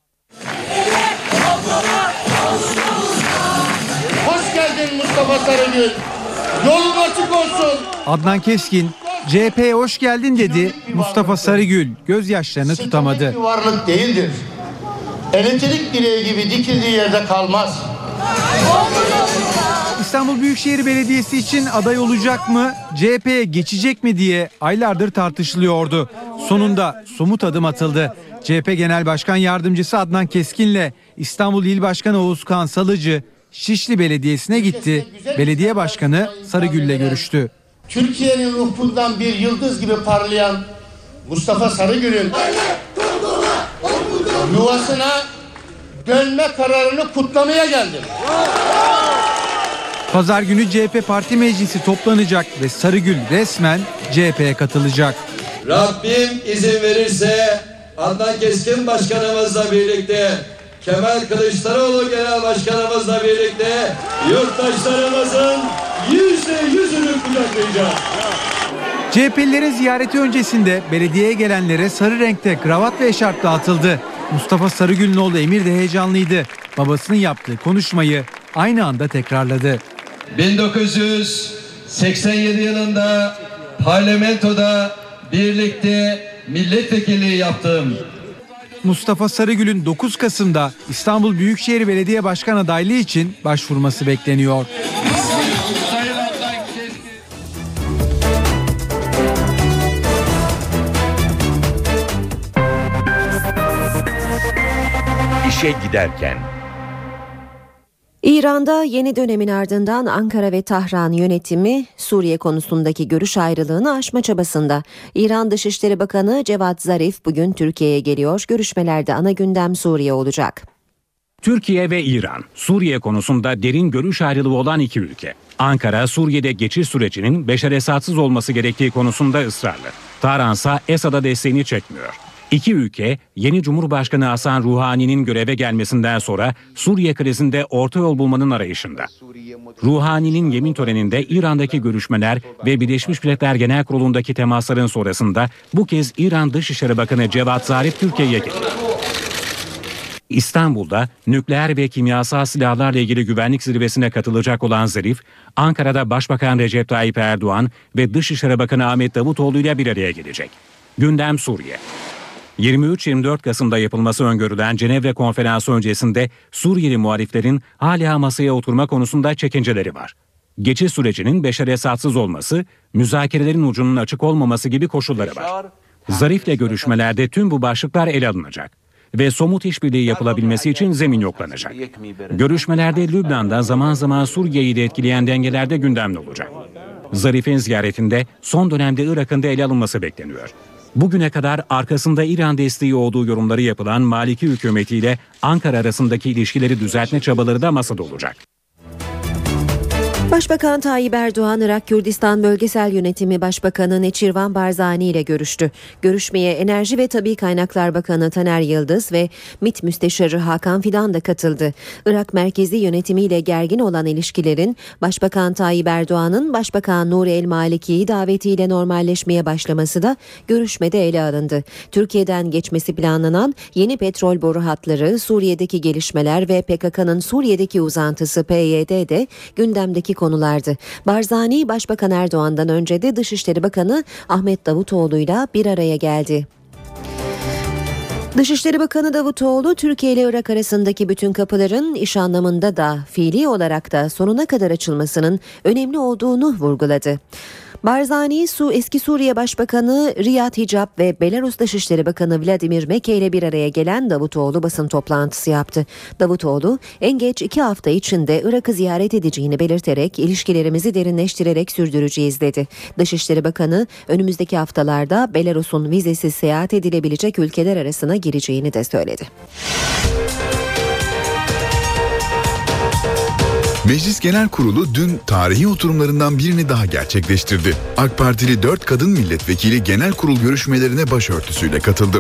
Hoş geldin Mustafa Sarıgül. Yolun açık olsun. Adnan Keskin, C H P'ye hoş geldin dedi. Mustafa Sarıgül gözyaşlarını tutamadı. Bir varlık değildir. Elektrik direği gibi dikildiği yerde kalmaz. İstanbul Büyükşehir Belediyesi için aday olacak mı, C H P'ye geçecek mi diye aylardır tartışılıyordu. Sonunda somut adım atıldı. C H P Genel Başkan Yardımcısı Adnan Keskin'le İstanbul İl Başkanı Oğuzkan Salıcı Şişli Belediyesi'ne gitti. Belediye Başkanı Sarıgül'le görüştü. Türkiye'nin ufkundan bir yıldız gibi parlayan Mustafa Sarıgül'ün yuvasına dönme kararını kutlamaya geldim. Pazar günü C H P Parti Meclisi toplanacak ve Sarıgül resmen C H P'ye katılacak. Rabbim izin verirse Adnan Keskin Başkanımızla birlikte, Kemal Kılıçdaroğlu Genel Başkanımızla birlikte yurttaşlarımızın yüzde yüzünü kucaklayacağız. C H P'lilerin ziyareti öncesinde belediyeye gelenlere sarı renkte kravat ve eşarp dağıtıldı. Mustafa Sarıgül'ün oğlu Emir de heyecanlıydı. Babasının yaptığı konuşmayı aynı anda tekrarladı. bin dokuz yüz seksen yedi yılında parlamentoda birlikte milletvekilliği yaptım. Mustafa Sarıgül'ün dokuz Kasım'da İstanbul Büyükşehir Belediye Başkan adaylığı için başvurması bekleniyor. İşe giderken. İran'da yeni dönemin ardından Ankara ve Tahran yönetimi Suriye konusundaki görüş ayrılığını aşma çabasında. İran Dışişleri Bakanı Cevat Zarif bugün Türkiye'ye geliyor. Görüşmelerde ana gündem Suriye olacak. Türkiye ve İran, Suriye konusunda derin görüş ayrılığı olan iki ülke. Ankara, Suriye'de geçiş sürecinin Beşar Esad'sız olması gerektiği konusunda ısrarlı. Tahran ise Esad'a desteğini çekmiyor. İki ülke, yeni Cumhurbaşkanı Hasan Ruhani'nin göreve gelmesinden sonra Suriye krizinde orta yol bulmanın arayışında. Ruhani'nin yemin töreninde İran'daki görüşmeler ve Birleşmiş Milletler Genel Kurulu'ndaki temasların sonrasında bu kez İran Dışişleri Bakanı Cevat Zarif Türkiye'ye geldi. İstanbul'da nükleer ve kimyasal silahlarla ilgili güvenlik zirvesine katılacak olan Zarif, Ankara'da Başbakan Recep Tayyip Erdoğan ve Dışişleri Bakanı Ahmet Davutoğlu ile bir araya gelecek. Gündem Suriye. yirmi üç yirmi dört Kasım'da yapılması öngörülen Cenevre Konferansı öncesinde Suriyeli muhaliflerin hala masaya oturma konusunda çekinceleri var. Geçiş sürecinin Beşar Esad'sız olması, müzakerelerin ucunun açık olmaması gibi koşulları var. Zarif'le görüşmelerde tüm bu başlıklar ele alınacak ve somut işbirliği yapılabilmesi için zemin yoklanacak. Görüşmelerde Lübnan'da zaman zaman Suriye'yi de etkileyen dengeler de gündemde olacak. Zarif'in ziyaretinde son dönemde Irak'ın da ele alınması bekleniyor. Bugüne kadar arkasında İran desteği olduğu yorumları yapılan Maliki hükümetiyle Ankara arasındaki ilişkileri düzeltme çabaları da masada olacak. Başbakan Tayyip Erdoğan, Irak Kürdistan Bölgesel Yönetimi Başbakanı Neçirvan Barzani ile görüştü. Görüşmeye Enerji ve Tabii Kaynaklar Bakanı Taner Yıldız ve MİT Müsteşarı Hakan Fidan da katıldı. Irak merkezi yönetimiyle gergin olan ilişkilerin Başbakan Tayyip Erdoğan'ın Başbakan Nuri El Maliki'yi davetiyle normalleşmeye başlaması da görüşmede ele alındı. Türkiye'den geçmesi planlanan yeni petrol boru hatları, Suriye'deki gelişmeler ve P K K'nın Suriye'deki uzantısı P Y D de gündemdeki konulardı. Barzani, Başbakan Erdoğan'dan önce de Dışişleri Bakanı Ahmet Davutoğlu'yla bir araya geldi. Dışişleri Bakanı Davutoğlu, Türkiye ile Irak arasındaki bütün kapıların iş anlamında da fiili olarak da sonuna kadar açılmasının önemli olduğunu vurguladı. Barzani, Su eski Suriye Başbakanı Riyad Hicab ve Belarus Dışişleri Bakanı Vladimir Meke ile bir araya gelen Davutoğlu basın toplantısı yaptı. Davutoğlu, en geç iki hafta içinde Irak'ı ziyaret edeceğini belirterek ilişkilerimizi derinleştirerek sürdüreceğiz dedi. Dışişleri Bakanı, önümüzdeki haftalarda Belarus'un vizesiz seyahat edilebilecek ülkeler arasına gireceğini de söyledi. Meclis Genel Kurulu dün tarihi oturumlarından birini daha gerçekleştirdi. AK Partili dört kadın milletvekili genel kurul görüşmelerine başörtüsüyle katıldı.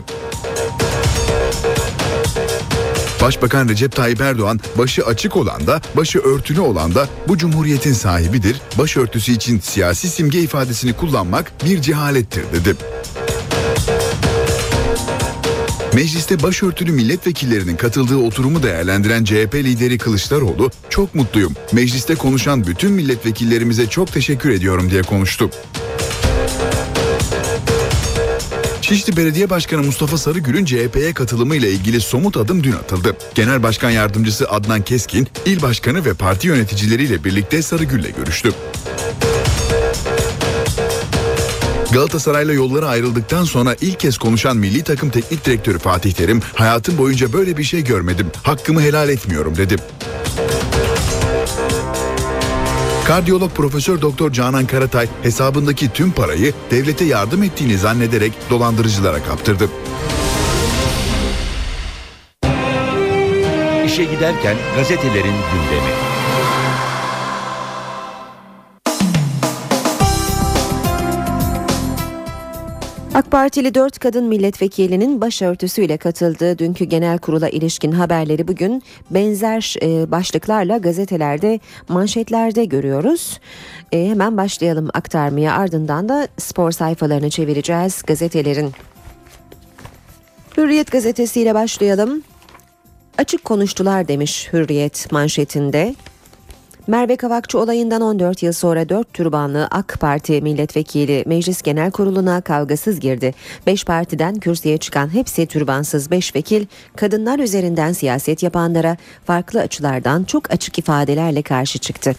Başbakan Recep Tayyip Erdoğan, başı açık olan da, başı örtülü olan da bu cumhuriyetin sahibidir. Başörtüsü için siyasi simge ifadesini kullanmak bir cehalettir dedi. Mecliste başörtülü milletvekillerinin katıldığı oturumu değerlendiren C H P lideri Kılıçdaroğlu, "Çok mutluyum. Mecliste konuşan bütün milletvekillerimize çok teşekkür ediyorum." diye konuştu. Şişli Belediye Başkanı Mustafa Sarıgül'ün C H P'ye katılımıyla ilgili somut adım dün atıldı. Genel Başkan Yardımcısı Adnan Keskin, il başkanı ve parti yöneticileriyle birlikte Sarıgül'le görüştü. Galatasaray'la yolları ayrıldıktan sonra ilk kez konuşan milli takım teknik direktörü Fatih Terim, "Hayatım boyunca böyle bir şey görmedim. Hakkımı helal etmiyorum." dedi. Kardiyolog Profesör Doktor Canan Karatay, hesabındaki tüm parayı devlete yardım ettiğini zannederek dolandırıcılara kaptırdı. İşe giderken gazetelerin gündemi. AK Partili dört kadın milletvekilinin başörtüsüyle katıldığı dünkü genel kurula ilişkin haberleri bugün benzer e, başlıklarla gazetelerde, manşetlerde görüyoruz. E, hemen başlayalım aktarmaya, ardından da spor sayfalarını çevireceğiz gazetelerin. Hürriyet gazetesiyle başlayalım. Açık konuştular demiş Hürriyet manşetinde. Merve Kavakçı olayından on dört yıl sonra dört türbanlı AK Parti milletvekili Meclis Genel Kurulu'na kavgasız girdi. beş partiden kürsüye çıkan hepsi türbansız beş vekil, kadınlar üzerinden siyaset yapanlara farklı açılardan çok açık ifadelerle karşı çıktı.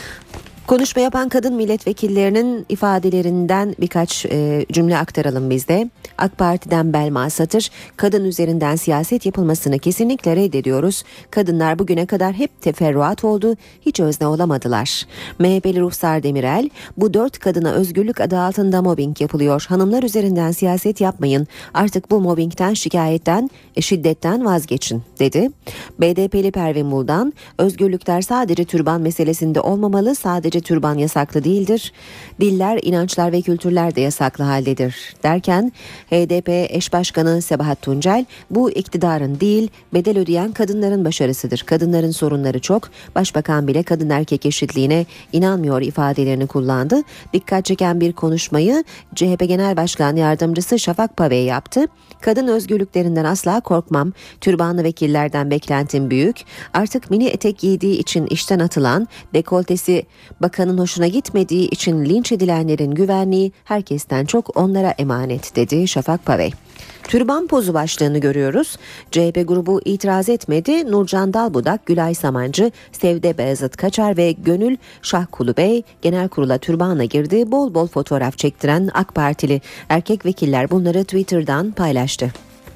Konuşma yapan kadın milletvekillerinin ifadelerinden birkaç e, cümle aktaralım biz de. AK Parti'den Belma Satır, kadın üzerinden siyaset yapılmasını kesinlikle reddediyoruz. Kadınlar bugüne kadar hep teferruat oldu, hiç özne olamadılar. M H P'li Ruhsar Demirel, bu dört kadına özgürlük adı altında mobbing yapılıyor. Hanımlar üzerinden siyaset yapmayın, artık bu mobbingten, şikayetten, şiddetten vazgeçin dedi. B D P'li Pervin Buldan, özgürlükler sadece türban meselesinde olmamalı, sadece türban yasaklı değildir. Diller, inançlar ve kültürler de yasaklı haldedir derken H D P eş başkanı Sebahat Tuncel, bu iktidarın değil bedel ödeyen kadınların başarısıdır. Kadınların sorunları çok. Başbakan bile kadın erkek eşitliğine inanmıyor ifadelerini kullandı. Dikkat çeken bir konuşmayı C H P Genel Başkan Yardımcısı Şafak Pave yaptı. Kadın özgürlüklerinden asla korkmam. Türbanlı vekillerden beklentim büyük. Artık mini etek giydiği için işten atılan, dekoltesi bakanın hoşuna gitmediği için linç edilenlerin güvenliği herkesten çok onlara emanet dedi Şafak Pave. Türban pozu başlığını görüyoruz. C H P grubu itiraz etmedi. Nurcan Dalbudak, Gülay Samancı, Sevde Beyazıt Kaçar ve Gönül Şahkulu Bey genel kurula türbanla girdi. Bol bol fotoğraf çektiren AK Partili erkek vekiller bunları Twitter'dan paylaştı.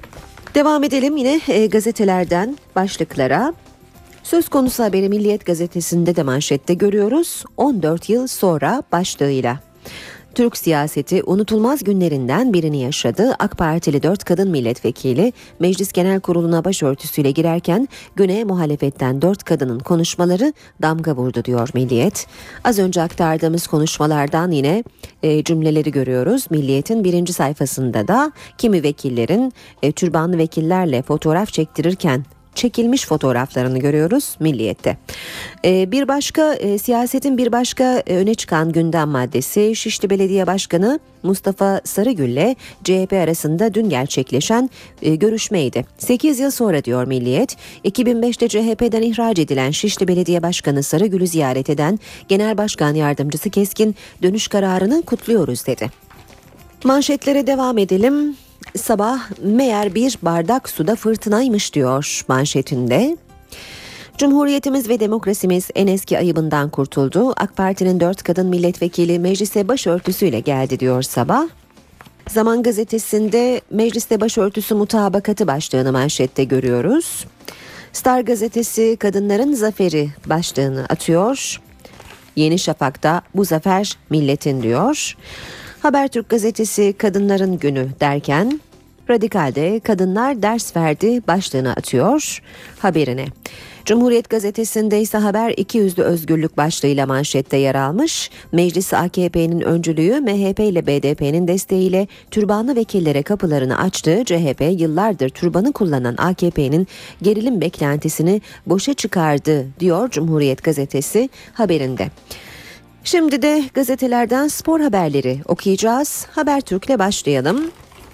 Devam edelim yine e, gazetelerden başlıklara. Söz konusu haberi Milliyet gazetesinde de manşette görüyoruz. on dört yıl sonra başlığıyla. Türk siyaseti unutulmaz günlerinden birini yaşadı. AK Partili dört kadın milletvekili Meclis Genel Kurulu'na başörtüsüyle girerken güne muhalefetten dört kadının konuşmaları damga vurdu diyor Milliyet. Az önce aktardığımız konuşmalardan yine e, cümleleri görüyoruz. Milliyet'in birinci sayfasında da kimi vekillerin e, türbanlı vekillerle fotoğraf çektirirken çekilmiş fotoğraflarını görüyoruz Milliyet'te. Ee, bir başka e, siyasetin bir başka e, öne çıkan gündem maddesi Şişli Belediye Başkanı Mustafa Sarıgül'le C H P arasında dün gerçekleşen e, görüşmeydi. sekiz yıl sonra diyor Milliyet, iki bin beşte C H P'den ihraç edilen Şişli Belediye Başkanı Sarıgül'ü ziyaret eden Genel Başkan Yardımcısı Keskin dönüş kararını kutluyoruz dedi. Manşetlere devam edelim. Sabah meğer bir bardak suda fırtınaymış diyor manşetinde. Cumhuriyetimiz ve demokrasimiz en eski ayıbından kurtuldu. AK Parti'nin dört kadın milletvekili meclise başörtüsüyle geldi diyor Sabah. Zaman gazetesinde mecliste başörtüsü mutabakatı başlığını manşette görüyoruz. Star gazetesi kadınların zaferi başlığını atıyor. Yeni Şafak'ta bu zafer milletin diyor. Habertürk gazetesi kadınların günü derken Radikal'de kadınlar ders verdi başlığını atıyor haberine. Cumhuriyet gazetesinde ise haber iki yüzlü özgürlük başlığıyla manşette yer almış. Meclis A K P'nin öncülüğü M H P ile B D P'nin desteğiyle türbanlı vekillere kapılarını açtı. C H P yıllardır türbanı kullanan A K P'nin gerilim beklentisini boşa çıkardı diyor Cumhuriyet gazetesi haberinde. Şimdi de gazetelerden spor haberleri okuyacağız. Habertürk'le başlayalım.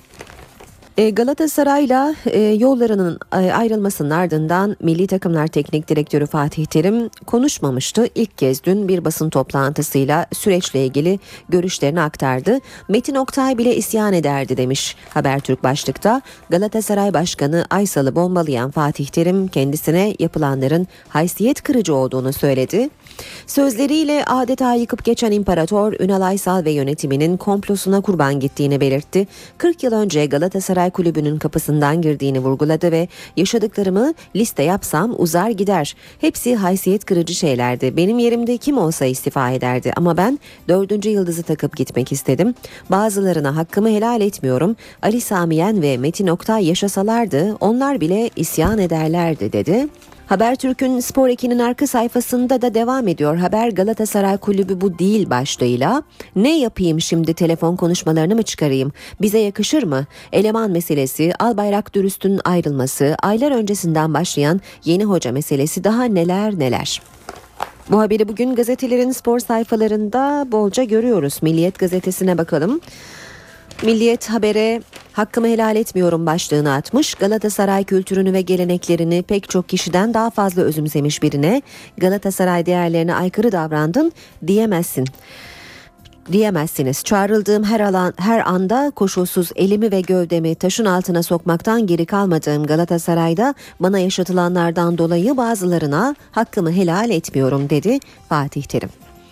Galatasaray'la yollarının ayrılmasının ardından Milli Takımlar Teknik Direktörü Fatih Terim konuşmamıştı. İlk kez dün bir basın toplantısıyla süreçle ilgili görüşlerini aktardı. Metin Oktay bile isyan ederdi demiş Habertürk başlıkta. Galatasaray Başkanı Aysal'ı bombalayan Fatih Terim kendisine yapılanların haysiyet kırıcı olduğunu söyledi. Sözleriyle adeta yıkıp geçen imparator Ünal Aysal ve yönetiminin komplosuna kurban gittiğini belirtti. kırk yıl önce Galatasaray Kulübü'nün kapısından girdiğini vurguladı ve yaşadıklarımı liste yapsam uzar gider. Hepsi haysiyet kırıcı şeylerdi. Benim yerimde kim olsa istifa ederdi ama ben dördüncü yıldızı takıp gitmek istedim. Bazılarına hakkımı helal etmiyorum. Ali Samiyen ve Metin Oktay yaşasalardı onlar bile isyan ederlerdi dedi. Habertürk'ün spor ekinin arka sayfasında da devam ediyor. Haber Galatasaray Kulübü bu değil başlığıyla. Ne yapayım şimdi, telefon konuşmalarını mı çıkarayım? Bize yakışır mı? Eleman meselesi, Albayrak Dürüst'ün ayrılması, aylar öncesinden başlayan yeni hoca meselesi, daha neler neler. Bu haberi bugün gazetelerin spor sayfalarında bolca görüyoruz. Milliyet gazetesine bakalım. Milliyet habere hakkımı helal etmiyorum başlığını atmış. Galatasaray kültürünü ve geleneklerini pek çok kişiden daha fazla özümsemiş birine Galatasaray değerlerine aykırı davrandın diyemezsin. Diyemezsiniz. Çağrıldığım her alan, her anda koşulsuz elimi ve gövdemi taşın altına sokmaktan geri kalmadığım Galatasaray'da bana yaşatılanlardan dolayı bazılarına hakkımı helal etmiyorum dedi Fatih Terim.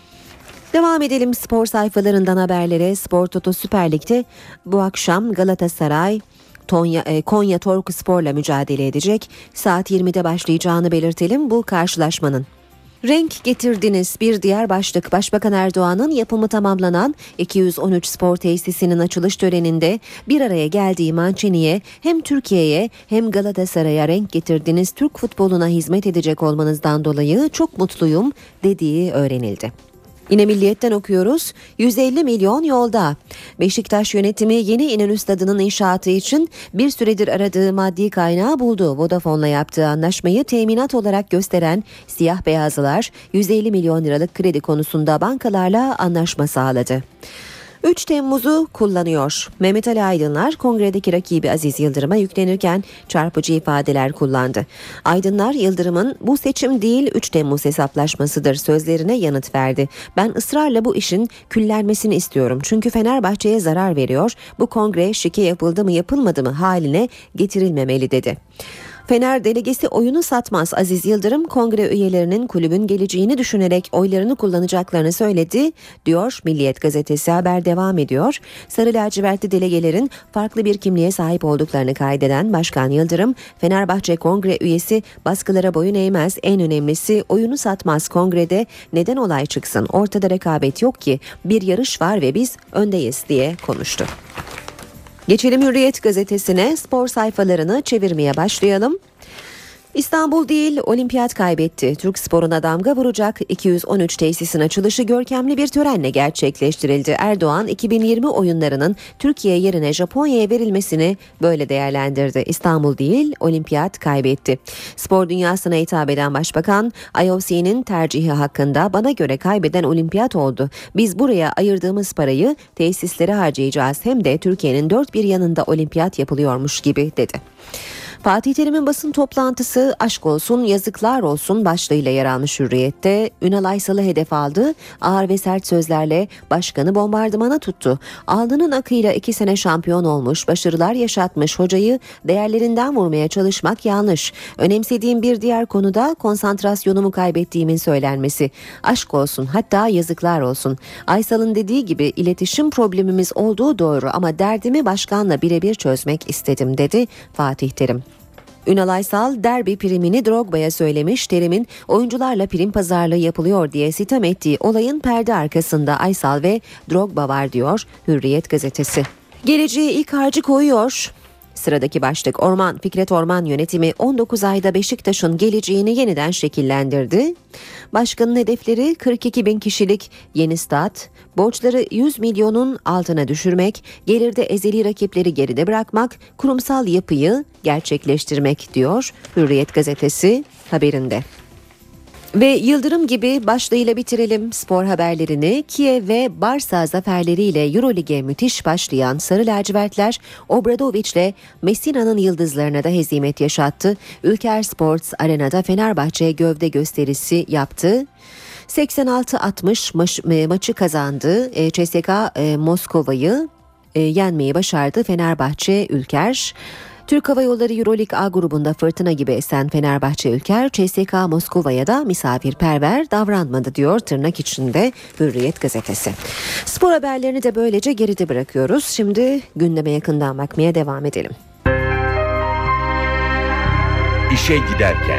Devam edelim spor sayfalarından haberlere. Spor Toto Süper Lig'de bu akşam Galatasaray Tonya, e, Konya Torkuspor'la mücadele edecek. Saat yirmide başlayacağını belirtelim bu karşılaşmanın. Renk getirdiniz bir diğer başlık. Başbakan Erdoğan'ın yapımı tamamlanan iki yüz on üç spor tesisinin açılış töreninde bir araya geldiği Mancini'ye hem Türkiye'ye hem Galatasaray'a renk getirdiniz, Türk futboluna hizmet edecek olmanızdan dolayı çok mutluyum dediği öğrenildi. Yine Milliyet'ten okuyoruz. yüz elli milyon yolda. Beşiktaş yönetimi yeni İnönü Stadı'nın inşaatı için bir süredir aradığı maddi kaynağı buldu. Vodafone'la yaptığı anlaşmayı teminat olarak gösteren siyah beyazlılar yüz elli milyon liralık kredi konusunda bankalarla anlaşma sağladı. üç Temmuz'u kullanıyor. Mehmet Ali Aydınlar kongredeki rakibi Aziz Yıldırım'a yüklenirken çarpıcı ifadeler kullandı. Aydınlar Yıldırım'ın bu seçim değil üç Temmuz hesaplaşmasıdır sözlerine yanıt verdi. Ben ısrarla bu işin küllenmesini istiyorum. Çünkü Fenerbahçe'ye zarar veriyor. Bu kongre şike yapıldı mı yapılmadı mı haline getirilmemeli dedi. Fener delegesi oyunu satmaz. Aziz Yıldırım kongre üyelerinin kulübün geleceğini düşünerek oylarını kullanacaklarını söyledi, diyor Milliyet gazetesi. Haber devam ediyor. Sarı lacivertli delegelerin farklı bir kimliğe sahip olduklarını kaydeden Başkan Yıldırım, Fenerbahçe kongre üyesi baskılara boyun eğmez, en önemlisi oyunu satmaz. Kongrede neden olay çıksın? Ortada rekabet yok ki, bir yarış var ve biz öndeyiz diye konuştu. Geçelim Hürriyet gazetesine, spor sayfalarını çevirmeye başlayalım. İstanbul değil olimpiyat kaybetti. Türk sporuna damga vuracak iki yüz on üç tesisin açılışı görkemli bir törenle gerçekleştirildi. Erdoğan iki bin yirmi oyunlarının Türkiye yerine Japonya'ya verilmesini böyle değerlendirdi. İstanbul değil olimpiyat kaybetti. Spor dünyasına hitap eden başbakan I O C'nin tercihi hakkında bana göre kaybeden olimpiyat oldu. Biz buraya ayırdığımız parayı tesislere harcayacağız. Hem de Türkiye'nin dört bir yanında olimpiyat yapılıyormuş gibi dedi. Fatih Terim'in basın toplantısı aşk olsun yazıklar olsun başlığıyla yer almış Hürriyet'te. Ünal Aysal'ı hedef aldı. Ağır ve sert sözlerle başkanı bombardımana tuttu. Alnının akıyla iki sene şampiyon olmuş, başarılar yaşatmış hocayı değerlerinden vurmaya çalışmak yanlış. Önemsediğim bir diğer konuda konsantrasyonumu kaybettiğimin söylenmesi. Aşk olsun, hatta yazıklar olsun. Aysal'ın dediği gibi iletişim problemimiz olduğu doğru ama derdimi başkanla birebir çözmek istedim dedi Fatih Terim. Ünal Aysal derbi primini Drogba'ya söylemiş. Terim'in oyuncularla prim pazarlığı yapılıyor diye sitem ettiği olayın perde arkasında Aysal ve Drogba var diyor Hürriyet gazetesi. Geleceğe ilk harcı koyuyor. Sıradaki başlık Orman Fikret Orman yönetimi on dokuz ayda Beşiktaş'ın geleceğini yeniden şekillendirdi. Başkanın hedefleri kırk iki bin kişilik yeni stat, borçları yüz milyonun altına düşürmek, gelirde ezeli rakipleri geride bırakmak, kurumsal yapıyı gerçekleştirmek diyor Hürriyet gazetesi haberinde. Ve Yıldırım gibi başlığıyla bitirelim spor haberlerini. Kiev ve Barsa zaferleriyle Eurolig'e müthiş başlayan Sarı Lacivertler Obradoviç'le Messina'nın yıldızlarına da hezimet yaşattı. Ülker Sports Arena'da Fenerbahçe gövde gösterisi yaptı. seksen altı altmış maç, maçı kazandı. C S K A Moskova'yı yenmeyi başardı Fenerbahçe Ülker. Türk Hava Yolları Euroleague A grubunda fırtına gibi esen Fenerbahçe Ülker, C S K A Moskova'ya da misafirperver davranmadı diyor tırnak içinde Hürriyet gazetesi. Spor haberlerini de böylece geride bırakıyoruz. Şimdi gündeme yakından bakmaya devam edelim. İşe giderken.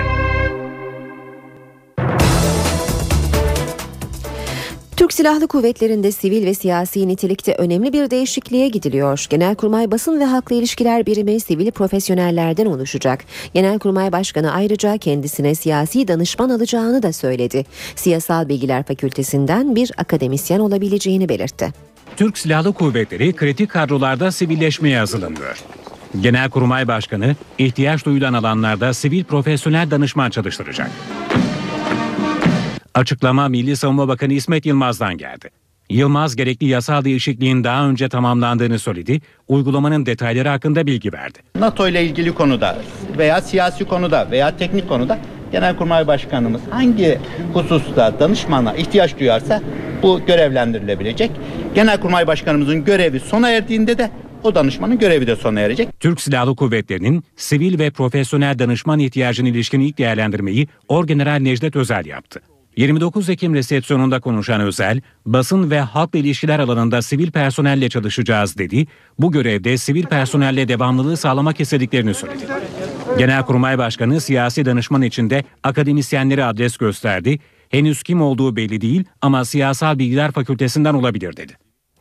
Türk Silahlı Kuvvetleri'nde sivil ve siyasi nitelikte önemli bir değişikliğe gidiliyor. Genelkurmay Basın ve Halkla İlişkiler Birimi sivil profesyonellerden oluşacak. Genelkurmay Başkanı ayrıca kendisine siyasi danışman alacağını da söyledi. Siyasal Bilgiler Fakültesinden bir akademisyen olabileceğini belirtti. Türk Silahlı Kuvvetleri kritik kadrolarda sivilleşmeye hazırlanıyor. Genelkurmay Başkanı ihtiyaç duyulan alanlarda sivil profesyonel danışman çalıştıracak. Açıklama Milli Savunma Bakanı İsmet Yılmaz'dan geldi. Yılmaz gerekli yasal değişikliğin daha önce tamamlandığını söyledi, uygulamanın detayları hakkında bilgi verdi. NATO ile ilgili konuda veya siyasi konuda veya teknik konuda Genelkurmay Başkanımız hangi hususta danışmana ihtiyaç duyarsa bu görevlendirilebilecek. Genelkurmay Başkanımızın görevi sona erdiğinde de o danışmanın görevi de sona erecek. Türk Silahlı Kuvvetleri'nin sivil ve profesyonel danışman ihtiyacına ilişkin ilk değerlendirmeyi Orgeneral Necdet Özel yaptı. yirmi dokuz Ekim resepsiyonunda konuşan Özel, basın ve halkla ilişkiler alanında sivil personelle çalışacağız dedi. Bu görevde sivil personelle devamlılığı sağlamak istediklerini söyledi. Genelkurmay Başkanı siyasi danışman içinde akademisyenleri adres gösterdi. Henüz kim olduğu belli değil ama Siyasal Bilgiler Fakültesinden olabilir dedi.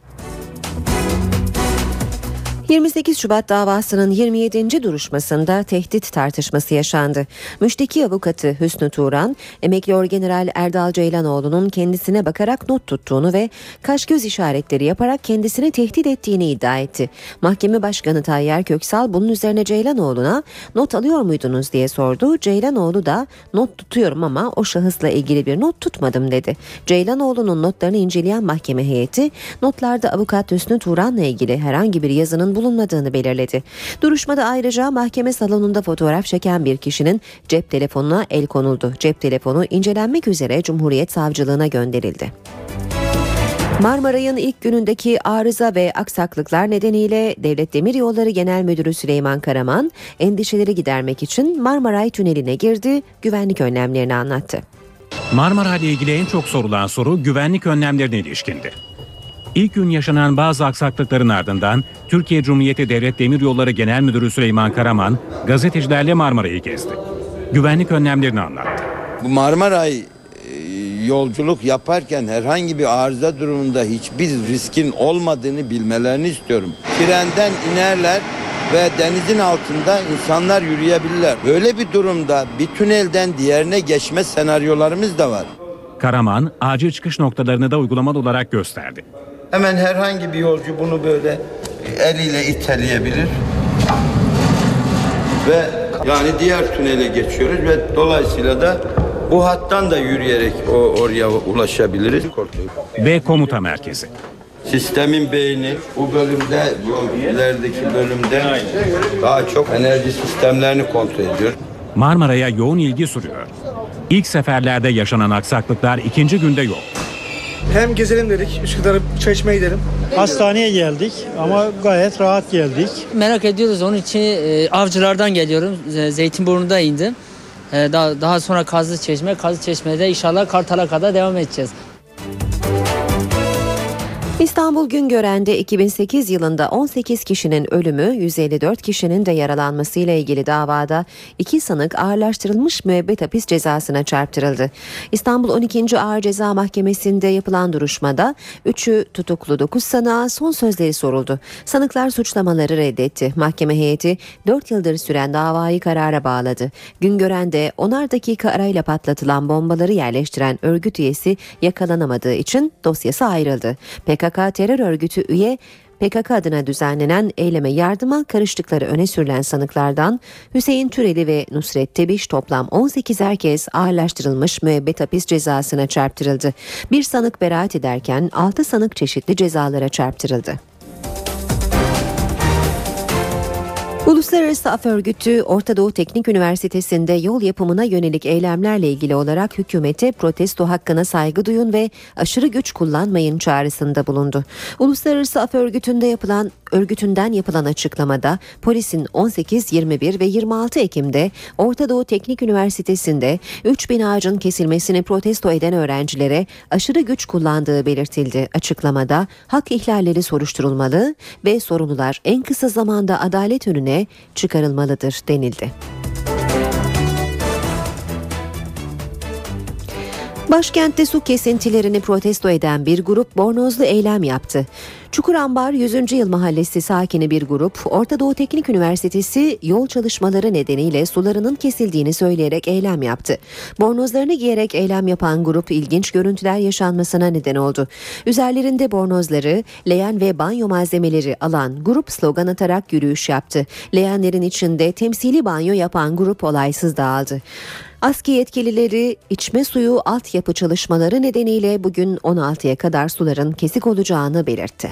yirmi sekiz Şubat davasının yirmi yedinci duruşmasında tehdit tartışması yaşandı. Müşteki avukatı Hüsnü Turan, emekli Orgeneral Erdal Ceylanoğlu'nun kendisine bakarak not tuttuğunu ve kaş göz işaretleri yaparak kendisini tehdit ettiğini iddia etti. Mahkeme Başkanı Tayyar Köksal bunun üzerine Ceylanoğlu'na not alıyor muydunuz diye sordu. Ceylanoğlu da not tutuyorum ama o şahısla ilgili bir not tutmadım dedi. Ceylanoğlu'nun notlarını inceleyen mahkeme heyeti notlarda avukat Hüsnü Turan'la ilgili herhangi bir yazının bulunmadığını belirledi. Duruşmada ayrıca mahkeme salonunda fotoğraf çeken bir kişinin cep telefonuna el konuldu. Cep telefonu incelenmek üzere Cumhuriyet Savcılığına gönderildi. Marmaray'ın ilk günündeki arıza ve aksaklıklar nedeniyle Devlet Demiryolları Genel Müdürü Süleyman Karaman endişeleri gidermek için Marmaray Tüneli'ne girdi, güvenlik önlemlerini anlattı. Marmara ile ilgili en çok sorulan soru güvenlik önlemlerine ilişkindi. İlk gün yaşanan bazı aksaklıkların ardından Türkiye Cumhuriyeti Devlet Demiryolları Genel Müdürü Süleyman Karaman gazetecilerle Marmara'yı gezdi. Güvenlik önlemlerini anlattı. Bu Marmaray yolculuk yaparken herhangi bir arıza durumunda hiçbir riskin olmadığını bilmelerini istiyorum. Trenden inerler ve denizin altında insanlar yürüyebilirler. Böyle bir durumda bir tünelden diğerine geçme senaryolarımız da var. Karaman acil çıkış noktalarını da uygulamalı olarak gösterdi. Hemen herhangi bir yolcu bunu böyle eliyle iteleyebilir. Ve yani diğer tünele geçiyoruz ve dolayısıyla da bu hattan da yürüyerek o oraya ulaşabiliriz. Ve komuta merkezi. Sistemin beyni bu bölümde, bu ilerideki bölümde daha çok enerji sistemlerini kontrol ediyor. Marmara'ya yoğun ilgi sürüyor. İlk seferlerde yaşanan aksaklıklar ikinci günde yok. Hem gezelim dedik, Üsküdar'a çay içmeye gidelim. Hastaneye geldik ama gayet rahat geldik. Merak ediyoruz, onun için e, Avcılar'dan geliyorum. E, Zeytinburnu'da indim. E, daha, daha sonra Kazlıçeşme, Kazlıçeşme'de inşallah Kartal'a kadar devam edeceğiz. İstanbul Güngören'de iki bin sekiz yılında on sekiz kişinin ölümü, yüz elli dört kişinin de yaralanması ile ilgili davada iki sanık ağırlaştırılmış müebbet hapis cezasına çarptırıldı. İstanbul on ikinci Ağır Ceza Mahkemesi'nde yapılan duruşmada üçü tutuklu dokuz sanığa son sözleri soruldu. Sanıklar suçlamaları reddetti. Mahkeme heyeti dört yıldır süren davayı karara bağladı. Güngören'de onar dakika arayla patlatılan bombaları yerleştiren örgüt üyesi yakalanamadığı için dosyası ayrıldı. P K K terör örgütü üye P K K adına düzenlenen eyleme yardıma karıştıkları öne sürülen sanıklardan Hüseyin Türeli ve Nusret Tebiş toplam on sekiz herkes ağırlaştırılmış müebbet hapis cezasına çarptırıldı. Bir sanık beraat ederken altı sanık çeşitli cezalara çarptırıldı. Uluslararası Af Örgütü, Orta Doğu Teknik Üniversitesi'nde yol yapımına yönelik eylemlerle ilgili olarak hükümete protesto hakkına saygı duyun ve aşırı güç kullanmayın çağrısında bulundu. Uluslararası Af Örgütü'nde yapılan örgütünden yapılan açıklamada polisin on sekiz, yirmi bir ve yirmi altı Ekim'de Orta Doğu Teknik Üniversitesi'nde üç bin ağacın kesilmesini protesto eden öğrencilere aşırı güç kullandığı belirtildi. Açıklamada hak ihlalleri soruşturulmalı ve sorumlular en kısa zamanda adalet önüne çıkarılmalıdır denildi. Başkentte su kesintilerini protesto eden bir grup bornozlu eylem yaptı. Çukurambar yüzüncü Yıl Mahallesi sakini bir grup, Orta Doğu Teknik Üniversitesi yol çalışmaları nedeniyle sularının kesildiğini söyleyerek eylem yaptı. Bornozlarını giyerek eylem yapan grup ilginç görüntüler yaşanmasına neden oldu. Üzerlerinde bornozları, leğen ve banyo malzemeleri alan grup slogan atarak yürüyüş yaptı. Leğenlerin içinde temsili banyo yapan grup olaysız dağıldı. ASKİ yetkilileri içme suyu altyapı çalışmaları nedeniyle bugün on altıya kadar suların kesik olacağını belirtti.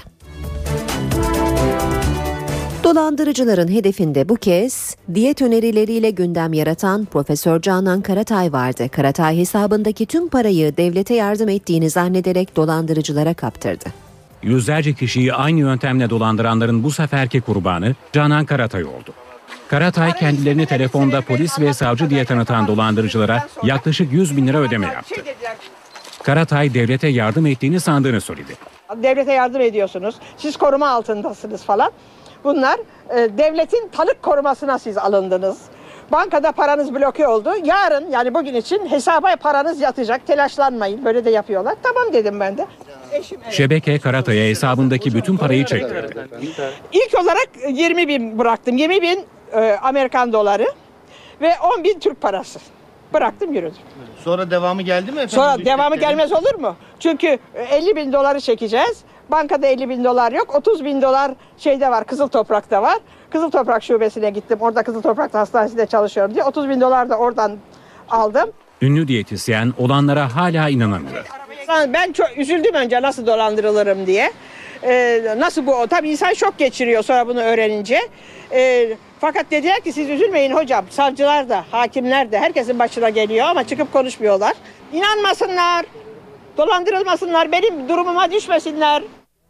Dolandırıcıların hedefinde bu kez diyet önerileriyle gündem yaratan Profesör Canan Karatay vardı. Karatay hesabındaki tüm parayı devlete yardım ettiğini zannederek dolandırıcılara kaptırdı. Yüzlerce kişiyi aynı yöntemle dolandıranların bu seferki kurbanı Canan Karatay oldu. Karatay kendilerini telefonda polis ve savcı diye tanıtan dolandırıcılara yaklaşık yüz bin lira ödeme yaptı. Karatay devlete yardım ettiğini sandığını söyledi. Devlete yardım ediyorsunuz, siz koruma altındasınız falan. Bunlar e, devletin tanık korumasına siz alındınız. Bankada paranız bloke oldu. Yarın yani bugün için hesaba paranız yatacak. Telaşlanmayın. Böyle de yapıyorlar. Tamam dedim ben de. Eşim, evet. Şebeke Karatay'a hesabındaki bütün parayı çektirdi. İlk olarak yirmi bin bıraktım. yirmi bin e, Amerikan doları ve on bin Türk parası. Bıraktım yürüdüm. Sonra devamı geldi mi efendim? Sonra devamı gelmez olur mu? Çünkü elli bin doları çekeceğiz. Bankada elli bin dolar yok. otuz bin dolar şeyde var, Kızıl Toprak'ta var. Kızıl Toprak şubesine gittim. Orada Kızıl Toprak Hastanesi'nde çalışıyorum diye. otuz bin dolar da oradan aldım. Ünlü diyetisyen olanlara hala inanamıyor. Ben çok üzüldüm önce nasıl dolandırılırım diye. Ee, nasıl bu? Tabii insan şok geçiriyor sonra bunu öğrenince. Ee, fakat dediler ki siz üzülmeyin hocam. Savcılar da, hakimler de herkesin başına geliyor ama çıkıp konuşmuyorlar. İnanmasınlar, dolandırılmasınlar, benim durumuma düşmesinler.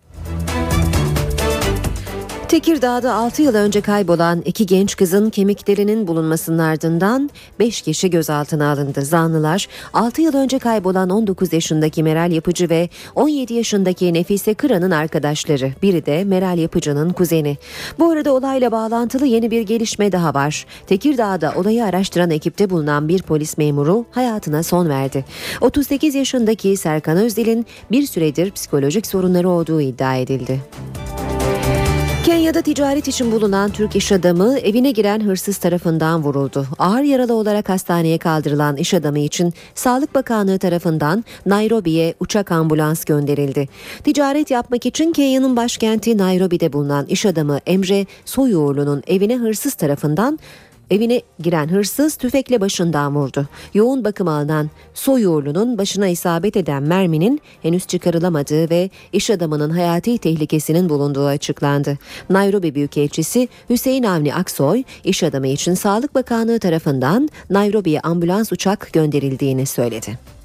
Tekirdağ'da altı yıl önce kaybolan iki genç kızın kemiklerinin bulunmasının ardından beş kişi gözaltına alındı. Zanlılar altı yıl önce kaybolan on dokuz yaşındaki Meral Yapıcı ve on yedi yaşındaki Nefise Kıran'ın arkadaşları. Biri de Meral Yapıcı'nın kuzeni. Bu arada olayla bağlantılı yeni bir gelişme daha var. Tekirdağ'da olayı araştıran ekipte bulunan bir polis memuru hayatına son verdi. otuz sekiz yaşındaki Serkan Özdil'in bir süredir psikolojik sorunları olduğu iddia edildi. Kenya'da ticaret için bulunan Türk iş adamı evine giren hırsız tarafından vuruldu. Ağır yaralı olarak hastaneye kaldırılan iş adamı için Sağlık Bakanlığı tarafından Nairobi'ye uçak ambulans gönderildi. Ticaret yapmak için Kenya'nın başkenti Nairobi'de bulunan iş adamı Emre Soyuğurlu'nun evine hırsız tarafından Evine giren hırsız tüfekle başından vurdu. Yoğun bakıma alınan Soyuğurlu'nun başına isabet eden merminin henüz çıkarılamadığı ve iş adamının hayati tehlikesinin bulunduğu açıklandı. Nairobi Büyükelçisi Hüseyin Avni Aksoy, iş adamı için Sağlık Bakanlığı tarafından Nairobi'ye ambulans uçak gönderildiğini söyledi.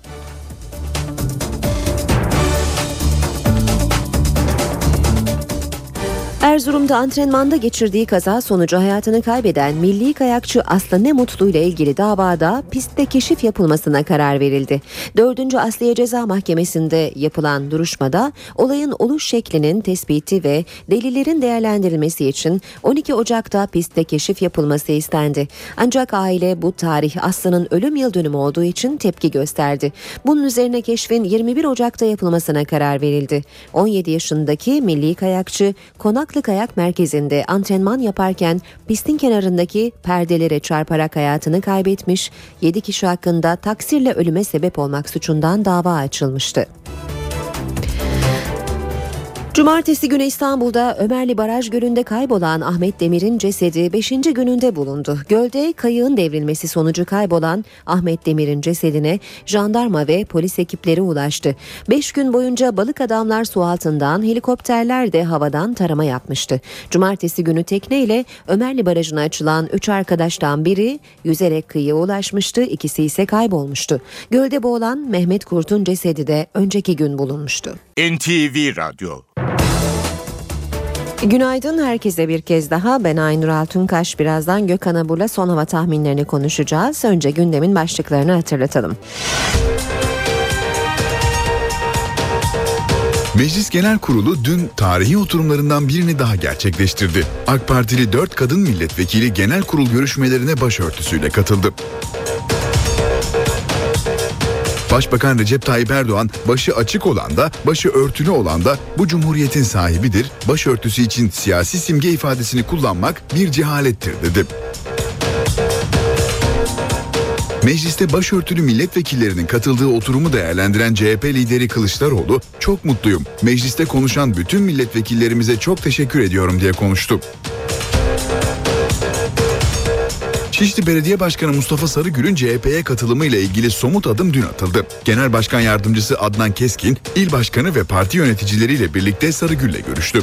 Erzurum'da antrenmanda geçirdiği kaza sonucu hayatını kaybeden milli kayakçı Aslı Nemutlu ile ilgili davada pistte keşif yapılmasına karar verildi. dördüncü Asliye Ceza Mahkemesi'nde yapılan duruşmada olayın oluş şeklinin tespiti ve delillerin değerlendirilmesi için on iki Ocak'ta pistte keşif yapılması istendi. Ancak aile bu tarih Aslı'nın ölüm yıl dönümü olduğu için tepki gösterdi. Bunun üzerine keşfin yirmi bir Ocak'ta yapılmasına karar verildi. on yedi yaşındaki milli kayakçı Konaklı Kayak Merkezi'nde antrenman yaparken pistin kenarındaki perdelere çarparak hayatını kaybetmiş, yedi kişi hakkında taksirle ölüme sebep olmak suçundan dava açılmıştı. Cumartesi günü İstanbul'da Ömerli Baraj Gölü'nde kaybolan Ahmet Demir'in cesedi beşinci gününde bulundu. Gölde kayığın devrilmesi sonucu kaybolan Ahmet Demir'in cesedine jandarma ve polis ekipleri ulaştı. beş gün boyunca balık adamlar su altından, helikopterler de havadan tarama yapmıştı. Cumartesi günü tekneyle Ömerli Barajı'na açılan üç arkadaştan biri yüzerek kıyıya ulaşmıştı, ikisi ise kaybolmuştu. Gölde boğulan Mehmet Kurt'un cesedi de önceki gün bulunmuştu. N T V Radyo. Günaydın herkese bir kez daha. Ben Aynur Altunkaş. Birazdan Gökhan Abur'la son hava tahminlerini konuşacağız. Önce gündemin başlıklarını hatırlatalım. Meclis Genel Kurulu dün tarihi oturumlarından birini daha gerçekleştirdi. AK Partili dört kadın milletvekili genel kurul görüşmelerine başörtüsüyle katıldı. Başbakan Recep Tayyip Erdoğan, başı açık olan da, başı örtülü olan da bu cumhuriyetin sahibidir. Başörtüsü için siyasi simge ifadesini kullanmak bir cehalettir dedi. Mecliste başörtülü milletvekillerinin katıldığı oturumu değerlendiren C H P lideri Kılıçdaroğlu, "Çok mutluyum. Mecliste konuşan bütün milletvekillerimize çok teşekkür ediyorum." diye konuştu. Şişli Belediye Başkanı Mustafa Sarıgül'ün C H P'ye katılımıyla ilgili somut adım dün atıldı. Genel Başkan Yardımcısı Adnan Keskin, il başkanı ve parti yöneticileriyle birlikte Sarıgül'le görüştü.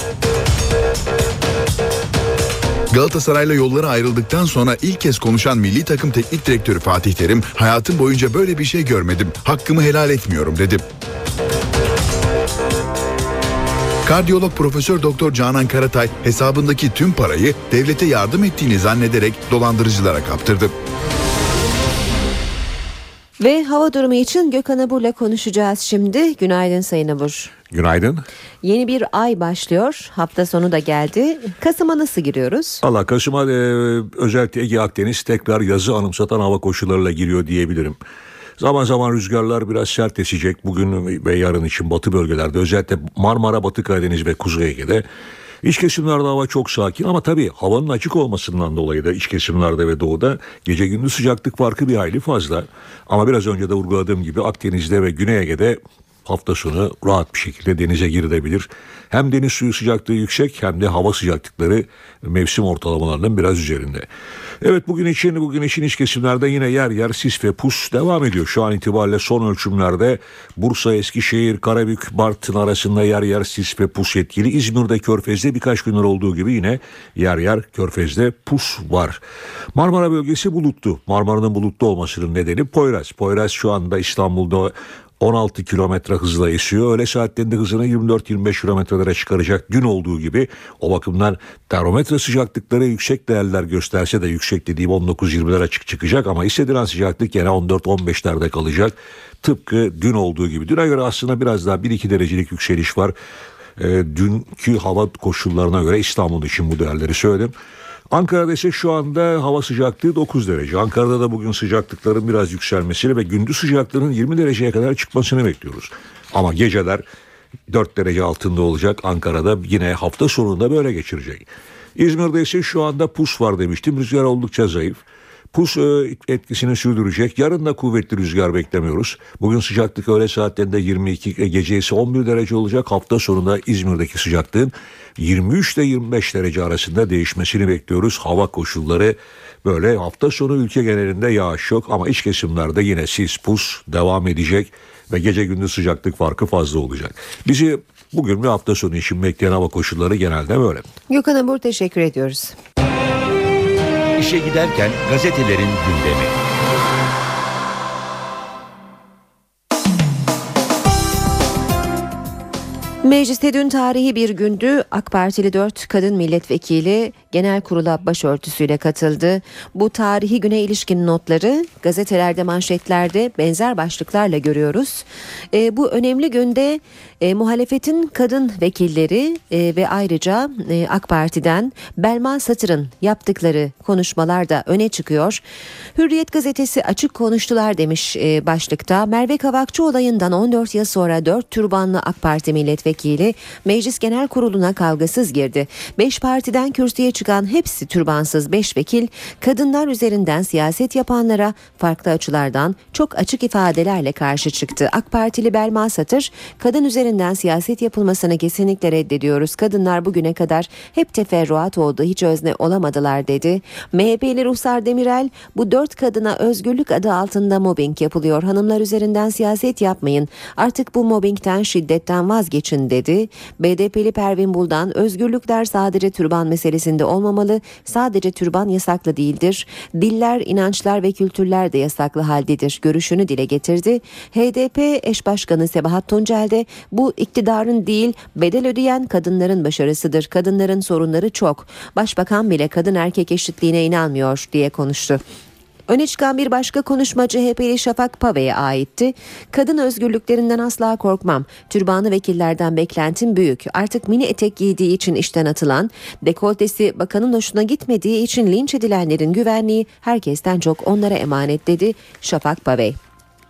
Galatasaray'la yolları ayrıldıktan sonra ilk kez konuşan milli takım teknik direktörü Fatih Terim, "Hayatım boyunca böyle bir şey görmedim. Hakkımı helal etmiyorum." dedi. Kardiyolog Profesör Doktor Canan Karatay hesabındaki tüm parayı devlete yardım ettiğini zannederek dolandırıcılara kaptırdı. Ve hava durumu için Gökhan Abur'la konuşacağız şimdi. Günaydın Sayın Abur. Günaydın. Yeni bir ay başlıyor. Hafta sonu da geldi. Kasım'a nasıl giriyoruz? Allah Kasım'a e, özellikle Ege Akdeniz tekrar yazı anımsatan hava koşullarıyla giriyor diyebilirim. Zaman zaman rüzgarlar biraz sert esecek bugün ve yarın için batı bölgelerde, özellikle Marmara, Batı Karadeniz ve Kuzey Ege'de. İç kesimlerde hava çok sakin ama tabii havanın açık olmasından dolayı da iç kesimlerde ve doğuda gece gündüz sıcaklık farkı bir hayli fazla. Ama biraz önce de vurguladığım gibi Akdeniz'de ve Güney Ege'de hafta sonu rahat bir şekilde denize girilebilir. Hem deniz suyu sıcaklığı yüksek hem de hava sıcaklıkları mevsim ortalamalarının biraz üzerinde. Evet, bugün için bugün için iç kesimlerde yine yer yer sis ve pus devam ediyor. Şu an itibariyle son ölçümlerde Bursa, Eskişehir, Karabük, Bartın arasında yer yer sis ve pus etkili. İzmir'de, Körfez'de birkaç gündür olduğu gibi yine yer yer Körfez'de pus var. Marmara bölgesi bulutlu. Marmara'nın bulutlu olmasının nedeni Poyraz. Poyraz şu anda İstanbul'da on altı kilometre hızla esiyor. Öğle saatlerinde hızını yirmi dört yirmi beş kilometrelere çıkaracak dün olduğu gibi. O bakımdan termometre sıcaklıkları yüksek değerler gösterse de, yüksek dediğim on dokuz yirmilere açık çıkacak ama hissedilen sıcaklık yine on dört on beşlerde kalacak. Tıpkı dün olduğu gibi. Düne göre aslında biraz daha bir iki derecelik yükseliş var. E, dünkü hava koşullarına göre İstanbul için bu değerleri söyledim. Ankara'da ise şu anda hava sıcaklığı dokuz derece. Ankara'da da bugün sıcaklıkların biraz yükselmesini ve gündüz sıcaklığının yirmi dereceye kadar çıkmasını bekliyoruz. Ama geceler dört derece altında olacak. Ankara'da yine hafta sonunda böyle geçirecek. İzmir'de ise şu anda pus var demiştim. Rüzgar oldukça zayıf. Pus etkisini sürdürecek. Yarın da kuvvetli rüzgar beklemiyoruz. Bugün sıcaklık öğle saatlerinde yirmi iki, gece ise on bir derece olacak. Hafta sonunda İzmir'deki sıcaklığın yirmi üç ile yirmi beş derece arasında değişmesini bekliyoruz. Hava koşulları böyle. Hafta sonu ülke genelinde yağış yok ama iç kesimlerde yine sis pus devam edecek ve gece gündüz sıcaklık farkı fazla olacak. Bizi bugün ve hafta sonu için bekleyen hava koşulları genelde böyle. Gökhan Abur, teşekkür ediyoruz. İşe giderken gazetelerin gündemi. Mecliste dün tarihi bir gündü. AK Partili dört kadın milletvekili genel kurula başörtüsüyle katıldı. Bu tarihi güne ilişkin notları gazetelerde, manşetlerde benzer başlıklarla görüyoruz. E, bu önemli günde e, muhalefetin kadın vekilleri e, ve ayrıca e, AK Parti'den Belma Satır'ın yaptıkları konuşmalar da öne çıkıyor. Hürriyet gazetesi açık konuştular demiş e, başlıkta. Merve Kavakçı olayından on dört yıl sonra dört türbanlı AK Parti milletvekili Meclis Genel Kurulu'na kavgasız girdi. beş partiden kürsüye çıkan hepsi türbansız beş vekil, kadınlar üzerinden siyaset yapanlara farklı açılardan çok açık ifadelerle karşı çıktı. AK Partili Belma Satır, kadın üzerinden siyaset yapılmasını kesinlikle reddediyoruz. Kadınlar bugüne kadar hep teferruat oldu, hiç özne olamadılar dedi. M H P'li Ruhsar Demirel, bu dört kadına özgürlük adı altında mobbing yapılıyor. Hanımlar üzerinden siyaset yapmayın. Artık bu mobbingten, şiddetten vazgeçin dedi. B D P'li Pervin Buldan, özgürlükler sadece türban meselesinde olmamalı. Sadece türban yasaklı değildir. Diller, inançlar ve kültürler de yasaklı haldedir. Görüşünü dile getirdi. H D P eş başkanı Sebahat Tuncel de bu iktidarın değil, bedel ödeyen kadınların başarısıdır. Kadınların sorunları çok. Başbakan bile kadın erkek eşitliğine inanmıyor diye konuştu. Öne çıkan bir başka konuşma C H P'li Şafak Pave'ye aitti. Kadın özgürlüklerinden asla korkmam. Türbanlı vekillerden beklentim büyük. Artık mini etek giydiği için işten atılan, dekoltesi bakanın hoşuna gitmediği için linç edilenlerin güvenliği herkesten çok onlara emanet dedi Şafak Pave.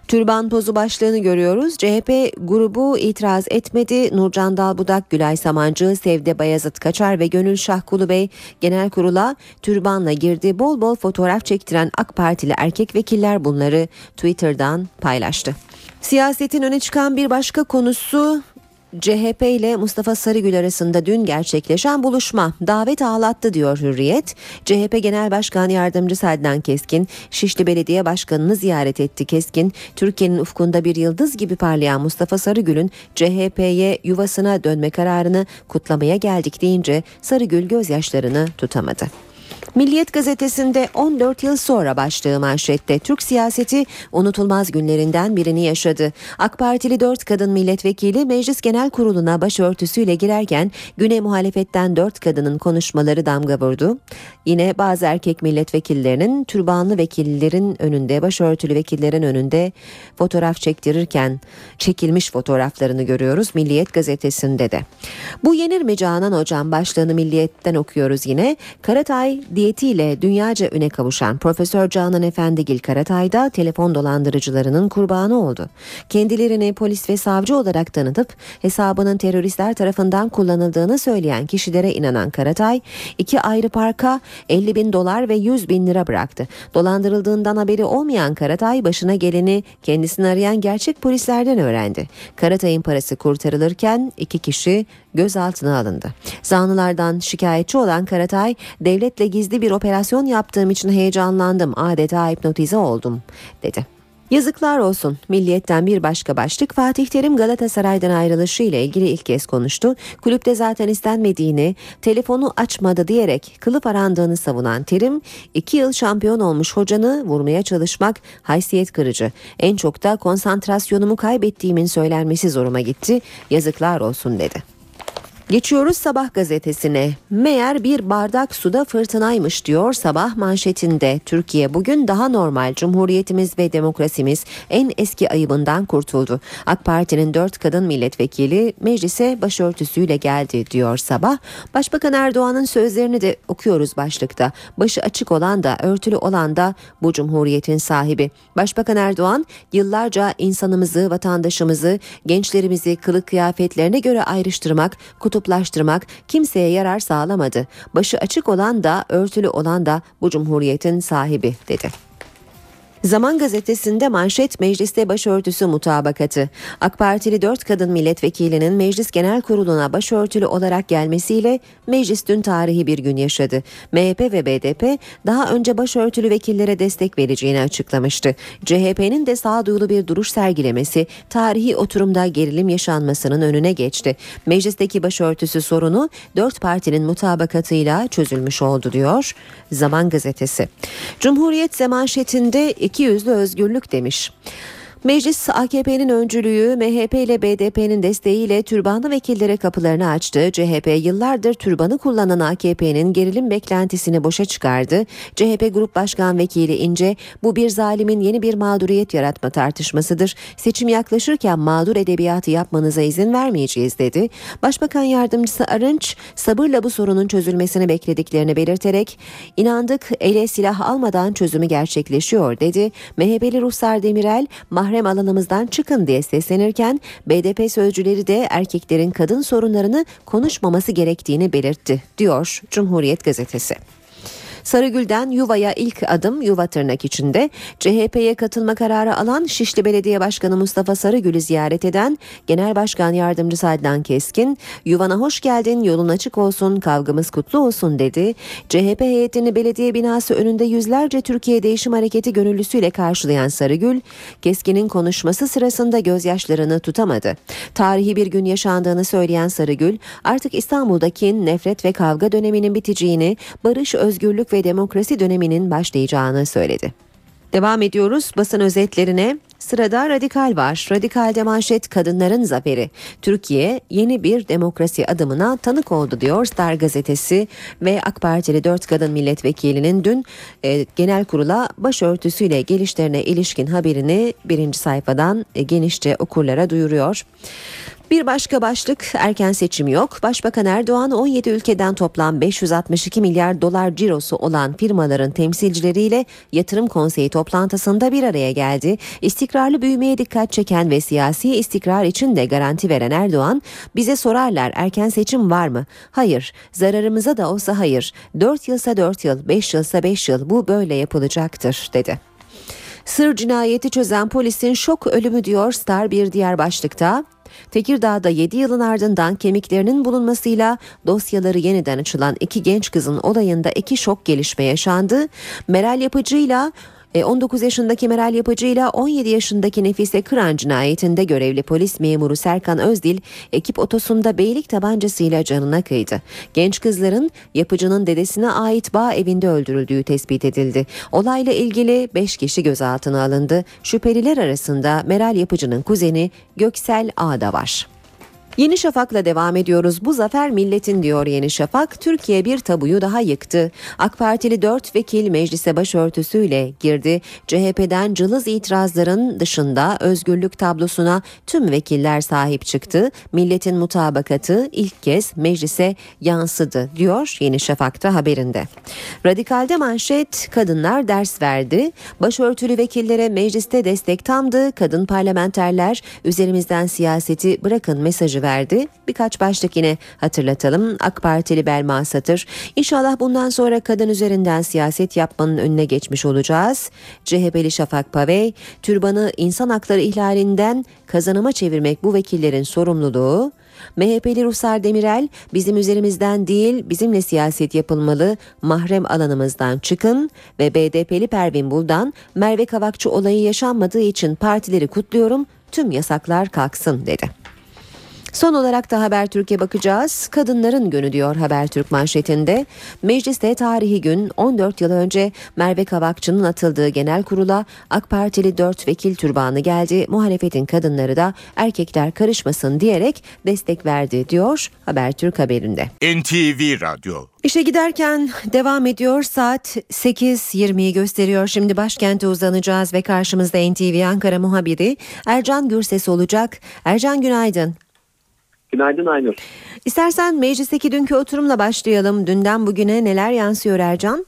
Türban tozu başlığını görüyoruz. C H P grubu itiraz etmedi. Nurcan Dalbudak, Gülay Samancı, Sevde Bayazıt Kaçar ve Gönül Şahkulubey genel kurula türbanla girdi. Bol bol fotoğraf çektiren AK Partili erkek vekiller bunları Twitter'dan paylaştı. Siyasetin öne çıkan bir başka konusu C H P ile Mustafa Sarıgül arasında dün gerçekleşen buluşma. Davet ağlattı diyor Hürriyet. C H P Genel Başkan Yardımcısı Adnan Keskin, Şişli Belediye Başkanı'nı ziyaret etti. Keskin, Türkiye'nin ufkunda bir yıldız gibi parlayan Mustafa Sarıgül'ün C H P'ye yuvasına dönme kararını kutlamaya geldik deyince Sarıgül gözyaşlarını tutamadı. Milliyet gazetesinde on dört yıl sonra başlığı manşette Türk siyaseti unutulmaz günlerinden birini yaşadı. AK Partili dört kadın milletvekili Meclis Genel Kurulu'na başörtüsüyle girerken güne muhalefetten dört kadının konuşmaları damga vurdu. Yine bazı erkek milletvekillerinin türbanlı vekillerin önünde, başörtülü vekillerin önünde fotoğraf çektirirken çekilmiş fotoğraflarını görüyoruz Milliyet gazetesinde de. Bu yenir mi Canan Hocam başlığını Milliyet'ten okuyoruz yine. Karatay diyetiyle dünyaca üne kavuşan Profesör Canan Efendigil Karatay da telefon dolandırıcılarının kurbanı oldu. Kendilerini polis ve savcı olarak tanıtıp hesabının teröristler tarafından kullanıldığını söyleyen kişilere inanan Karatay, iki ayrı parka elli bin dolar ve yüz bin lira bıraktı. Dolandırıldığından haberi olmayan Karatay başına geleni kendisini arayan gerçek polislerden öğrendi. Karatay'ın parası kurtarılırken iki kişi gözaltına alındı. Zanlılardan şikayetçi olan Karatay, devletle gizli bir operasyon yaptığım için heyecanlandım, adeta hipnotize oldum dedi. Yazıklar olsun. Milliyet'ten bir başka başlık Fatih Terim Galatasaray'dan ayrılışı ile ilgili ilk kez konuştu. Kulüpte zaten istenmediğini, telefonu açmadı diyerek kılıf arandığını savunan Terim, iki yıl şampiyon olmuş hocanı vurmaya çalışmak haysiyet kırıcı. En çok da konsantrasyonumu kaybettiğimin söylenmesi zoruma gitti. Yazıklar olsun dedi. Geçiyoruz Sabah gazetesine. Meğer bir bardak suda fırtınaymış diyor Sabah manşetinde. Türkiye bugün daha normal. Cumhuriyetimiz ve demokrasimiz en eski ayıbından kurtuldu. AK Parti'nin dört kadın milletvekili meclise başörtüsüyle geldi diyor Sabah. Başbakan Erdoğan'ın sözlerini de okuyoruz başlıkta. Başı açık olan da örtülü olan da bu cumhuriyetin sahibi. Başbakan Erdoğan yıllarca insanımızı, vatandaşımızı, gençlerimizi kılık kıyafetlerine göre ayrıştırmak, kutu kutuplaştırmak kimseye yarar sağlamadı. Başı açık olan da örtülü olan da bu cumhuriyetin sahibi dedi. Zaman gazetesinde manşet mecliste başörtüsü mutabakatı. AK Partili dört kadın milletvekilinin Meclis Genel Kurulu'na başörtülü olarak gelmesiyle meclis dün tarihi bir gün yaşadı. M H P ve B D P daha önce başörtülü vekillere destek vereceğini açıklamıştı. C H P'nin de sağduyulu bir duruş sergilemesi tarihi oturumda gerilim yaşanmasının önüne geçti. Meclisteki başörtüsü sorunu dört partinin mutabakatıyla çözülmüş oldu diyor Zaman gazetesi. Cumhuriyet manşetinde İki yüzlü özgürlük demiş. Meclis A K P'nin öncülüğü M H P ile B D P'nin desteğiyle türbanlı vekillere kapılarını açtı. C H P yıllardır türbanı kullanan A K P'nin gerilim beklentisini boşa çıkardı. C H P Grup Başkan Vekili İnce, bu bir zalimin yeni bir mağduriyet yaratma tartışmasıdır. Seçim yaklaşırken mağdur edebiyatı yapmanıza izin vermeyeceğiz dedi. Başbakan Yardımcısı Arınç, sabırla bu sorunun çözülmesini beklediklerini belirterek, inandık ele silah almadan çözümü gerçekleşiyor dedi. M H P'li Ruhsar Demirel, mahrem alanımızdan çıkın diye seslenirken B D P sözcüleri de erkeklerin kadın sorunlarını konuşmaması gerektiğini belirtti diyor Cumhuriyet gazetesi. Sarıgül'den yuvaya ilk adım, yuva tırnak içinde. C H P'ye katılma kararı alan Şişli Belediye Başkanı Mustafa Sarıgül'ü ziyaret eden Genel Başkan Yardımcısı Adnan Keskin, yuvana hoş geldin, yolun açık olsun, kavgamız kutlu olsun dedi. C H P heyetini belediye binası önünde yüzlerce Türkiye Değişim Hareketi gönüllüsüyle karşılayan Sarıgül, Keskin'in konuşması sırasında gözyaşlarını tutamadı. Tarihi bir gün yaşandığını söyleyen Sarıgül, artık İstanbul'daki nefret ve kavga döneminin biteceğini, barış, özgürlük ve demokrasi döneminin başlayacağını söyledi. Devam ediyoruz basın özetlerine. Sırada Radikal var. Radikal'de manşet kadınların zaferi. Türkiye yeni bir demokrasi adımına tanık oldu diyor Star gazetesi ve AK Partili dört kadın milletvekilinin dün e, genel kurula başörtüsüyle gelişlerine ilişkin haberini birinci sayfadan e, genişçe okurlara duyuruyor. Bir başka başlık, erken seçim yok. Başbakan Erdoğan on yedi ülkeden toplam beş yüz altmış iki milyar dolar cirosu olan firmaların temsilcileriyle yatırım konseyi toplantısında bir araya geldi. İstikrarlı büyümeye dikkat çeken ve siyasi istikrar için de garanti veren Erdoğan, bize sorarlar erken seçim var mı? Hayır, zararımıza da olsa hayır. dört yılsa dört yıl, beş yılsa beş yıl, bu böyle yapılacaktır dedi. Sır cinayeti çözen polisin şok ölümü diyor Star bir diğer başlıkta. Tekirdağ'da yedi yılın ardından kemiklerinin bulunmasıyla dosyaları yeniden açılan iki genç kızın olayında iki şok gelişme yaşandı. Meral Yapıcı'yla on dokuz yaşındaki Meral Yapıcı ile on yedi yaşındaki Nefise Kıran cinayetinde görevli polis memuru Serkan Özdil ekip otosunda beylik tabancasıyla canına kıydı. Genç kızların Yapıcı'nın dedesine ait bağ evinde öldürüldüğü tespit edildi. Olayla ilgili beş kişi gözaltına alındı. Şüpheliler arasında Meral Yapıcı'nın kuzeni Göksel A da var. Yeni Şafak'la devam ediyoruz. Bu zafer milletin diyor Yeni Şafak. Türkiye bir tabuyu daha yıktı. AK Partili dört vekil meclise başörtüsüyle girdi. C H P'den cılız itirazların dışında özgürlük tablosuna tüm vekiller sahip çıktı. Milletin mutabakatı ilk kez meclise yansıdı diyor Yeni Şafak'ta haberinde. Radikal'de manşet, kadınlar ders verdi. Başörtülü vekillere mecliste destek tamdı. Kadın parlamenterler üzerimizden siyaseti bırakın mesajı verdi. Birkaç başlık yine hatırlatalım. AK Partili Belma Satır, İnşallah bundan sonra kadın üzerinden siyaset yapmanın önüne geçmiş olacağız. C H P'li Şafak Pavey, türbanı insan hakları ihlalinden kazanıma çevirmek bu vekillerin sorumluluğu. M H P'li Ruslar Demirel, bizim üzerimizden değil bizimle siyaset yapılmalı, mahrem alanımızdan çıkın ve B D P'li Pervin Buldan, Merve Kavakçı olayı yaşanmadığı için partileri kutluyorum, tüm yasaklar kalksın dedi. Son olarak da Habertürk'e bakacağız. Kadınların günü diyor Habertürk manşetinde. Mecliste tarihi gün on dört yıl önce Merve Kavakçı'nın atıldığı genel kurula AK Partili dört vekil türbanı geldi. Muhalefetin kadınları da erkekler karışmasın diyerek destek verdi diyor Habertürk haberinde. N T V Radyo. İşe giderken devam ediyor. Saat sekiz yirmiyi gösteriyor. Şimdi başkente uzanacağız ve karşımızda N T V Ankara muhabiri Ercan Gürses olacak. Ercan günaydın. Günaydın Aynur. İstersen meclisteki dünkü oturumla başlayalım. Dünden bugüne neler yansıyor Ercan?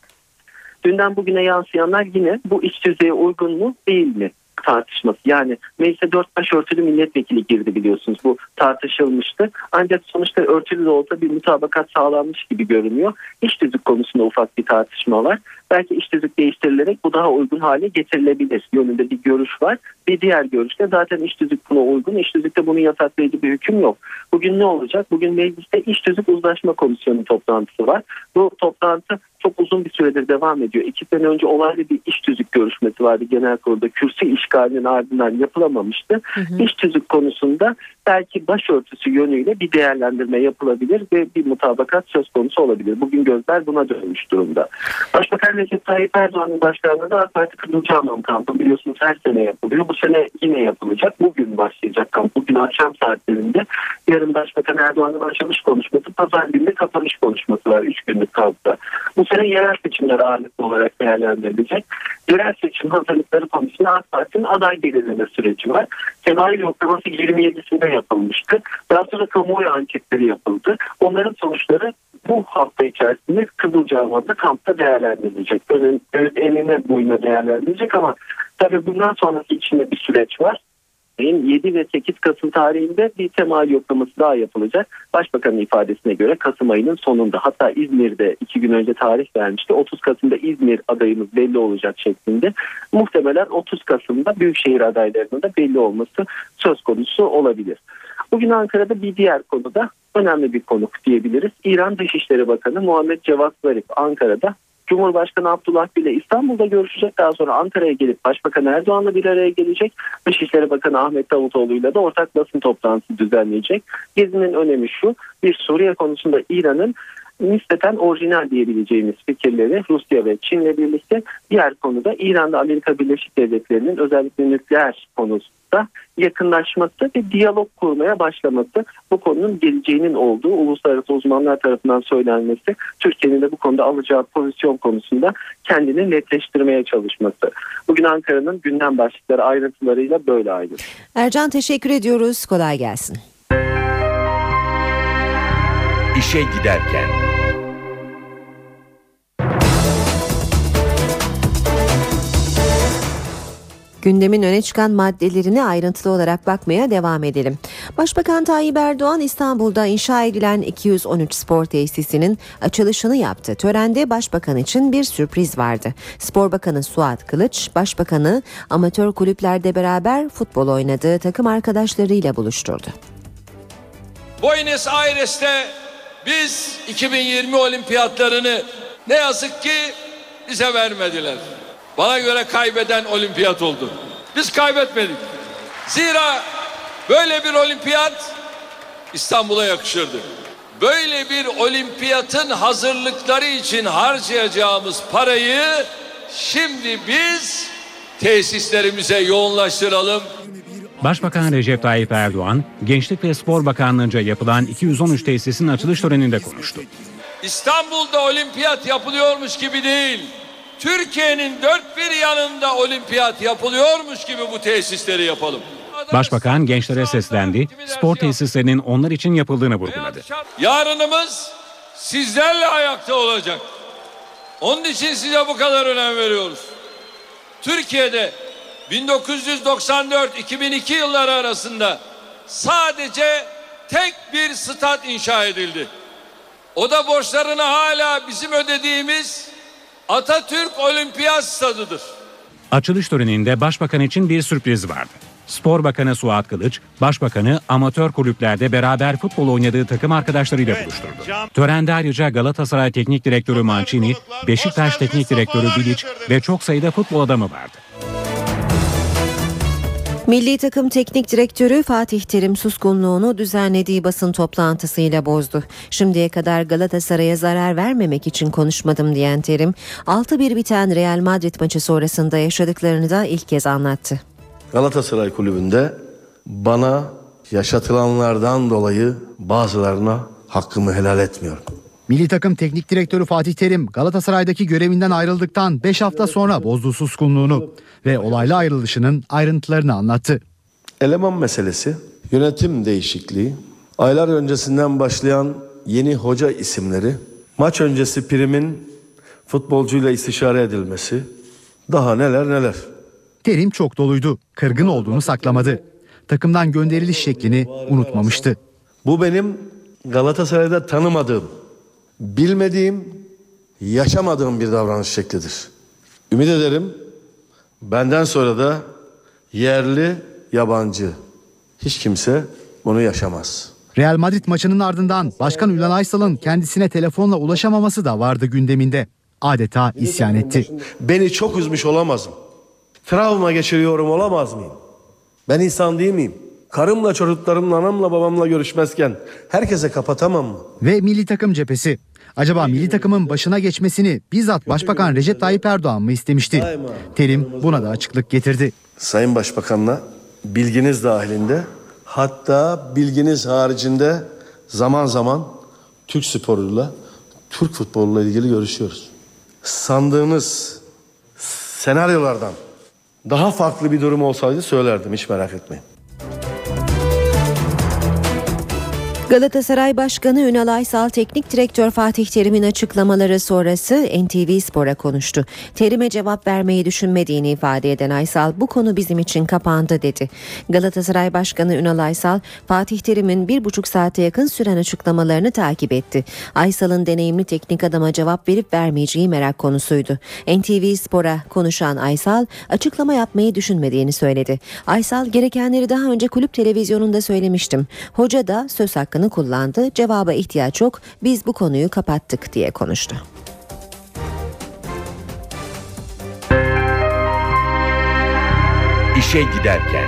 Dünden bugüne yansıyanlar yine bu iç düzeye uygun mu değil mi tartışması. Yani meclise dört başörtülü milletvekili girdi biliyorsunuz. Bu tartışılmıştı. Ancak sonuçta örtülü de olsa bir mutabakat sağlanmış gibi görünüyor. İç tüzük konusunda ufak bir tartışma var. Belki iç tüzük değiştirilerek bu daha uygun hale getirilebilir yönünde bir görüş var. Bir diğer görüşte zaten iç tüzük buna uygun. İç tüzükte bunun yasaklayıcı bir hüküm yok. Bugün ne olacak? Bugün mecliste iç tüzük uzlaşma komisyonu toplantısı var. Bu toplantı çok uzun bir süredir devam ediyor. İki sene önce olaylı bir iç tüzük görüşmesi vardı genel kurulda. Kürsü işgalinin ardından yapılamamıştı. Hı hı. İç tüzük konusunda belki başörtüsü yönüyle bir değerlendirme yapılabilir ve bir mutabakat söz konusu olabilir. Bugün gözler buna dönmüş durumda. Başbakan Recep Tayyip Erdoğan'ın başkanlığında AK Parti Kızılcahamam kampı biliyorsunuz her sene yapılıyor. Bu sene yine yapılacak. Bugün başlayacak kamp. Bugün akşam saatlerinde. Yarın Başbakan Erdoğan'ın açılış konuşması, pazar günü kapanış konuşması var. Üç günlük kampta. Bu sene yerel seçimler ağırlıklı olarak değerlendirilecek. Yerel seçim hazırlıkları konusunda AK Parti'nin aday belirleme süreci var. Temayül yoklaması yirmi yedisinde yapılmıştı. Daha sonra kamuoyu anketleri yapıldı. Onların sonuçları bu hafta içerisinde Kızılcahamam'da kampta değerlendirilecek. Önün, enine boyuna değerlendirilecek ama tabii bundan sonrası içinde bir süreç var. yedi ve sekiz Kasım tarihinde bir temayül yoklaması daha yapılacak. Başbakanın ifadesine göre Kasım ayının sonunda, hatta İzmir'de iki gün önce tarih vermişti. otuz Kasım'da İzmir adayımız belli olacak şeklinde. Muhtemelen otuz Kasım'da büyükşehir adaylarının da belli olması söz konusu olabilir. Bugün Ankara'da bir diğer konuda önemli bir konuk diyebiliriz. İran Dışişleri Bakanı Muhammed Cevat Zarif Ankara'da Cumhurbaşkanı Abdullah Gül ile İstanbul'da görüşecek. Daha sonra Ankara'ya gelip Başbakan Erdoğan'la bir araya gelecek. Dışişleri Bakanı Ahmet Davutoğlu'yla da ortak basın toplantısı düzenleyecek. Gezinin önemi şu: bir Suriye konusunda İran'ın nispeten orijinal diyebileceğimiz fikirleri Rusya ve Çin'le birlikte, diğer konuda İran'da Amerika Birleşik Devletleri'nin özellikle nükleer konusunda yakınlaşması ve diyalog kurmaya başlaması, bu konunun geleceğinin olduğu uluslararası uzmanlar tarafından söylenmesi, Türkiye'nin de bu konuda alacağı pozisyon konusunda kendini netleştirmeye çalışması. Bugün Ankara'nın gündem başlıkları ayrıntılarıyla böyle ayrılıyor. Ercan teşekkür ediyoruz. Kolay gelsin. İşe giderken. Gündemin öne çıkan maddelerine ayrıntılı olarak bakmaya devam edelim. Başbakan Tayyip Erdoğan İstanbul'da inşa edilen iki yüz on üç spor tesisinin açılışını yaptı. Törende Başbakan için bir sürpriz vardı. Spor Bakanı Suat Kılıç, Başbakanı amatör kulüplerde beraber futbol oynadığı takım arkadaşlarıyla buluşturdu. Buenos Aires'te biz iki bin yirmi olimpiyatlarını ne yazık ki bize vermediler. Bana göre kaybeden olimpiyat oldu. Biz kaybetmedik. Zira böyle bir olimpiyat İstanbul'a yakışırdı. Böyle bir olimpiyatın hazırlıkları için harcayacağımız parayı şimdi biz tesislerimize yoğunlaştıralım. Başbakan Recep Tayyip Erdoğan, Gençlik ve Spor Bakanlığı'nca yapılan iki yüz on üç tesisin açılış töreninde konuştu. İstanbul'da olimpiyat yapılıyormuş gibi değil, Türkiye'nin dört bir yanında olimpiyat yapılıyormuş gibi bu tesisleri yapalım. Başbakan gençlere seslendi, spor tesislerinin onlar için yapıldığını vurguladı. Yarınımız sizlerle ayakta olacak. Onun için size bu kadar önem veriyoruz. Türkiye'de bin dokuz yüz doksan dört iki bin iki yılları arasında sadece tek bir stat inşa edildi. O da borçlarını hala bizim ödediğimiz Atatürk Olimpiyat Stadı'dır. Açılış töreninde Başbakan için bir sürpriz vardı. Spor Bakanı Suat Kılıç, Başbakanı amatör kulüplerde beraber futbol oynadığı takım arkadaşlarıyla buluşturdu. Törende ayrıca Galatasaray Teknik Direktörü Mancini, Beşiktaş Teknik Direktörü Bilic ve çok sayıda futbol adamı vardı. Milli takım teknik direktörü Fatih Terim suskunluğunu düzenlediği basın toplantısıyla bozdu. Şimdiye kadar Galatasaray'a zarar vermemek için konuşmadım diyen Terim, altı bir biten Real Madrid maçı sonrasında yaşadıklarını da ilk kez anlattı. Galatasaray Kulübü'nde bana yaşatılanlardan dolayı bazılarına hakkımı helal etmiyorum. Milli takım teknik direktörü Fatih Terim Galatasaray'daki görevinden ayrıldıktan beş hafta sonra bozdu suskunluğunu ve olaylı ayrılışının ayrıntılarını anlattı. Eleman meselesi, yönetim değişikliği, aylar öncesinden başlayan yeni hoca isimleri, maç öncesi primin futbolcuyla istişare edilmesi, daha neler neler. Terim çok doluydu, kırgın olduğunu saklamadı. Takımdan gönderiliş şeklini unutmamıştı. Bu benim Galatasaray'da tanımadığım, bilmediğim, yaşamadığım bir davranış şeklidir. Ümit ederim benden sonra da yerli, yabancı hiç kimse bunu yaşamaz. Real Madrid maçının ardından Başkan Ünal Aysal'ın kendisine telefonla ulaşamaması da vardı gündeminde. Adeta isyan etti. Beni çok üzmüş olamazım. Travma geçiriyorum olamaz mıyım? Ben insan değil miyim? Karımla, çocuklarımla, anamla, babamla görüşmezken herkese kapatamam mı? Ve milli takım cephesi. Acaba milli takımın başına geçmesini bizzat Başbakan Recep Tayyip Erdoğan mı istemişti? Terim buna da açıklık getirdi. Sayın Başbakan'la bilginiz dahilinde, hatta bilginiz haricinde zaman zaman Türk sporuyla, Türk futboluyla ilgili görüşüyoruz. Sandığınız senaryolardan daha farklı bir durum olsaydı söylerdim, hiç merak etmeyin. Galatasaray Başkanı Ünal Aysal, Teknik Direktör Fatih Terim'in açıklamaları sonrası N T V Spor'a konuştu. Terim'e cevap vermeyi düşünmediğini ifade eden Aysal, bu konu bizim için kapandı dedi. Galatasaray Başkanı Ünal Aysal, Fatih Terim'in bir buçuk saate yakın süren açıklamalarını takip etti. Aysal'ın deneyimli teknik adama cevap verip vermeyeceği merak konusuydu. N T V Spor'a konuşan Aysal, açıklama yapmayı düşünmediğini söyledi. Aysal, gerekenleri daha önce kulüp televizyonunda söylemiştim. Hoca da söz hakkını kullandı. Cevaba ihtiyaç yok. Biz bu konuyu kapattık diye konuştu. İşe giderken.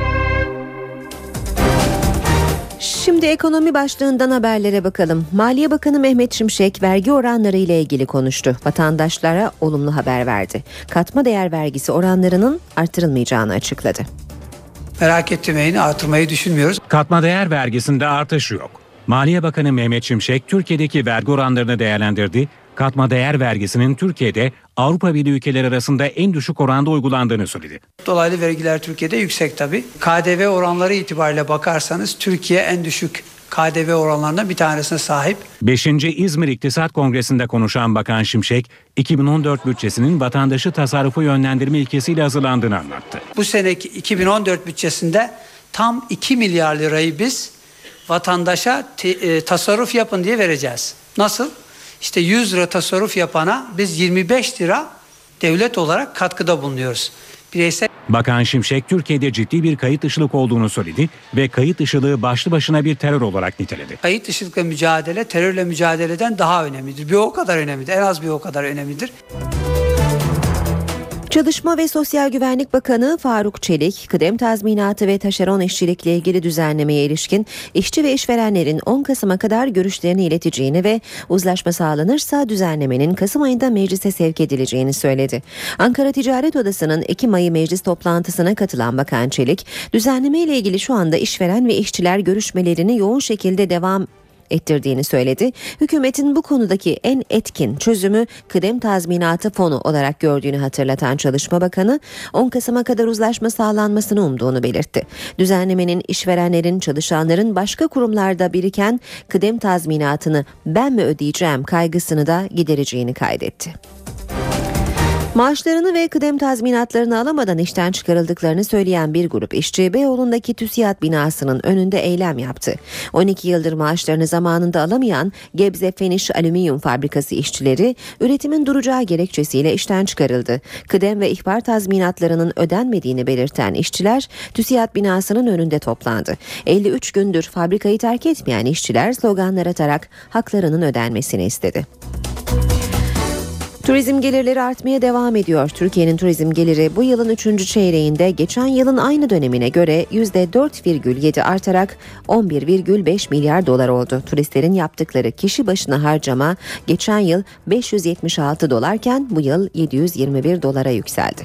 Şimdi ekonomi başlığından haberlere bakalım. Maliye Bakanı Mehmet Şimşek vergi oranları ile ilgili konuştu. Vatandaşlara olumlu haber verdi. Katma değer vergisi oranlarının artırılmayacağını açıkladı. Merak etmeyin, artırmayı düşünmüyoruz. Katma değer vergisinde artış yok. Maliye Bakanı Mehmet Şimşek Türkiye'deki vergi oranlarını değerlendirdi. Katma değer vergisinin Türkiye'de Avrupa Birliği ülkeleri arasında en düşük oranda uygulandığını söyledi. Dolaylı vergiler Türkiye'de yüksek tabii. K D V oranları itibariyle bakarsanız Türkiye en düşük K D V oranlarından bir tanesine sahip. beşinci İzmir İktisat Kongresi'nde konuşan Bakan Şimşek, iki bin on dört bütçesinin vatandaşı tasarrufu yönlendirme ilkesiyle hazırlandığını anlattı. Bu seneki iki bin on dört bütçesinde tam iki milyar lirayı biz vatandaşa te, e, tasarruf yapın diye vereceğiz. Nasıl? İşte yüz lira tasarruf yapana biz yirmi beş lira devlet olarak katkıda bulunuyoruz. Bireysel... Bakan Şimşek, Türkiye'de ciddi bir kayıt dışılık olduğunu söyledi ve kayıt dışılığı başlı başına bir terör olarak niteledi. Kayıt dışılıkla mücadele terörle mücadeleden daha önemlidir. Bir o kadar önemlidir. En az bir o kadar önemlidir. Çalışma ve Sosyal Güvenlik Bakanı Faruk Çelik, kıdem tazminatı ve taşeron işçilikle ilgili düzenlemeye ilişkin işçi ve işverenlerin on Kasım'a kadar görüşlerini ileteceğini ve uzlaşma sağlanırsa düzenlemenin Kasım ayında meclise sevk edileceğini söyledi. Ankara Ticaret Odası'nın Ekim ayı meclis toplantısına katılan Bakan Çelik, düzenleme ile ilgili şu anda işveren ve işçiler görüşmelerini yoğun şekilde devam ettirdiğini söyledi. Hükümetin bu konudaki en etkin çözümü kıdem tazminatı fonu olarak gördüğünü hatırlatan Çalışma Bakanı, on Kasım'a kadar uzlaşma sağlanmasını umduğunu belirtti. Düzenlemenin işverenlerin, çalışanların başka kurumlarda biriken kıdem tazminatını ben mi ödeyeceğim kaygısını da gidereceğini kaydetti. Maaşlarını ve kıdem tazminatlarını alamadan işten çıkarıldıklarını söyleyen bir grup işçi Beyoğlu'ndaki TÜSİAD binasının önünde eylem yaptı. on iki yıldır maaşlarını zamanında alamayan Gebze Feniş Alüminyum Fabrikası işçileri üretimin duracağı gerekçesiyle işten çıkarıldı. Kıdem ve ihbar tazminatlarının ödenmediğini belirten işçiler TÜSİAD binasının önünde toplandı. elli üç gündür fabrikayı terk etmeyen işçiler sloganlar atarak haklarının ödenmesini istedi. Turizm gelirleri artmaya devam ediyor. Türkiye'nin turizm geliri bu yılın üçüncü çeyreğinde geçen yılın aynı dönemine göre yüzde dört virgül yedi artarak on bir virgül beş milyar dolar oldu. Turistlerin yaptıkları kişi başına harcama geçen yıl beş yüz yetmiş altı dolarken bu yıl yedi yüz yirmi bir dolara yükseldi.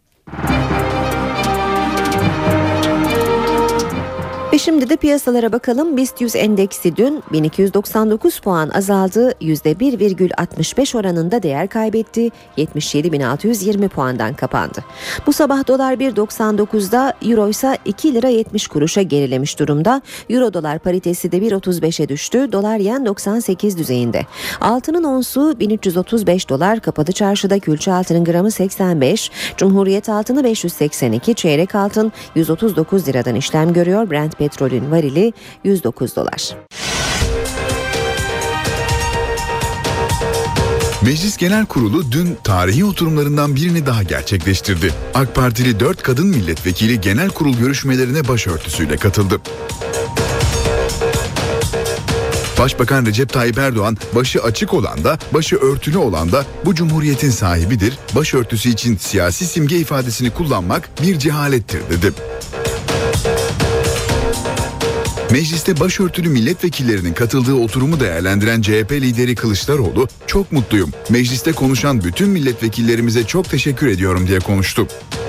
Ve şimdi de piyasalara bakalım. BIST yüz endeksi dün bin iki yüz doksan dokuz puan azaldı. yüzde bir virgül altmış beş oranında değer kaybetti. yetmiş yedi bin altı yüz yirmi puandan kapandı. Bu sabah dolar bir virgül doksan dokuzda, euro ise iki lira yetmiş kuruşa gerilemiş durumda. Euro dolar paritesi de bir virgül otuz beşe düştü. Dolar yen doksan sekiz düzeyinde. Altının onsu bin üç yüz otuz beş dolar. Kapalı çarşıda külçe altının gramı seksen beş. Cumhuriyet altını beş yüz seksen iki. Çeyrek altın yüz otuz dokuz liradan işlem görüyor. Brent petrolün varili yüz dokuz dolar. Meclis Genel Kurulu dün tarihi oturumlarından birini daha gerçekleştirdi. AK Partili dört kadın milletvekili genel kurul görüşmelerine başörtüsüyle katıldı. Başbakan Recep Tayyip Erdoğan, başı açık olan da, başı örtülü olan da bu cumhuriyetin sahibidir. Başörtüsü için siyasi simge ifadesini kullanmak bir cehalettir dedi. Mecliste başörtülü milletvekillerinin katıldığı oturumu değerlendiren C H P lideri Kılıçdaroğlu, "Çok mutluyum. Mecliste konuşan bütün milletvekillerimize çok teşekkür ediyorum." diye konuştu.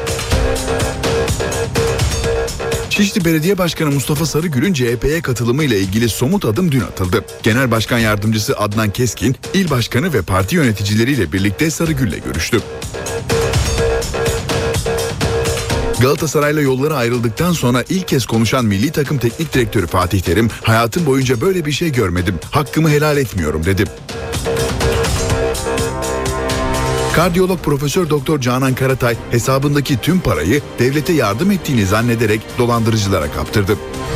Şişli Belediye Başkanı Mustafa Sarıgül'ün C H P'ye katılımıyla ilgili somut adım dün atıldı. Genel Başkan Yardımcısı Adnan Keskin, il başkanı ve parti yöneticileriyle birlikte Sarıgül'le görüştü. Galatasaray'la yolları ayrıldıktan sonra ilk kez konuşan milli takım teknik direktörü Fatih Terim, "Hayatım boyunca böyle bir şey görmedim. Hakkımı helal etmiyorum." dedi. Kardiyolog Profesör Doktor Canan Karatay hesabındaki tüm parayı devlete yardım ettiğini zannederek dolandırıcılara kaptırdı.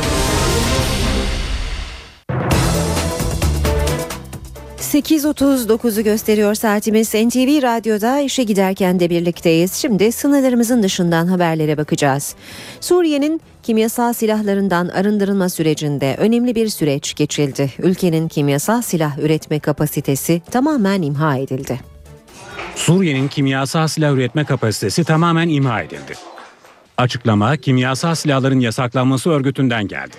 sekiz otuz dokuzu gösteriyor saatimiz. N T V Radyo'da işe giderken de birlikteyiz. Şimdi sınırlarımızın dışından haberlere bakacağız. Suriye'nin kimyasal silahlarından arındırılma sürecinde önemli bir süreç geçildi. Ülkenin kimyasal silah üretme kapasitesi tamamen imha edildi. Suriye'nin kimyasal silah üretme kapasitesi tamamen imha edildi. Açıklama, kimyasal silahların yasaklanması örgütünden geldi.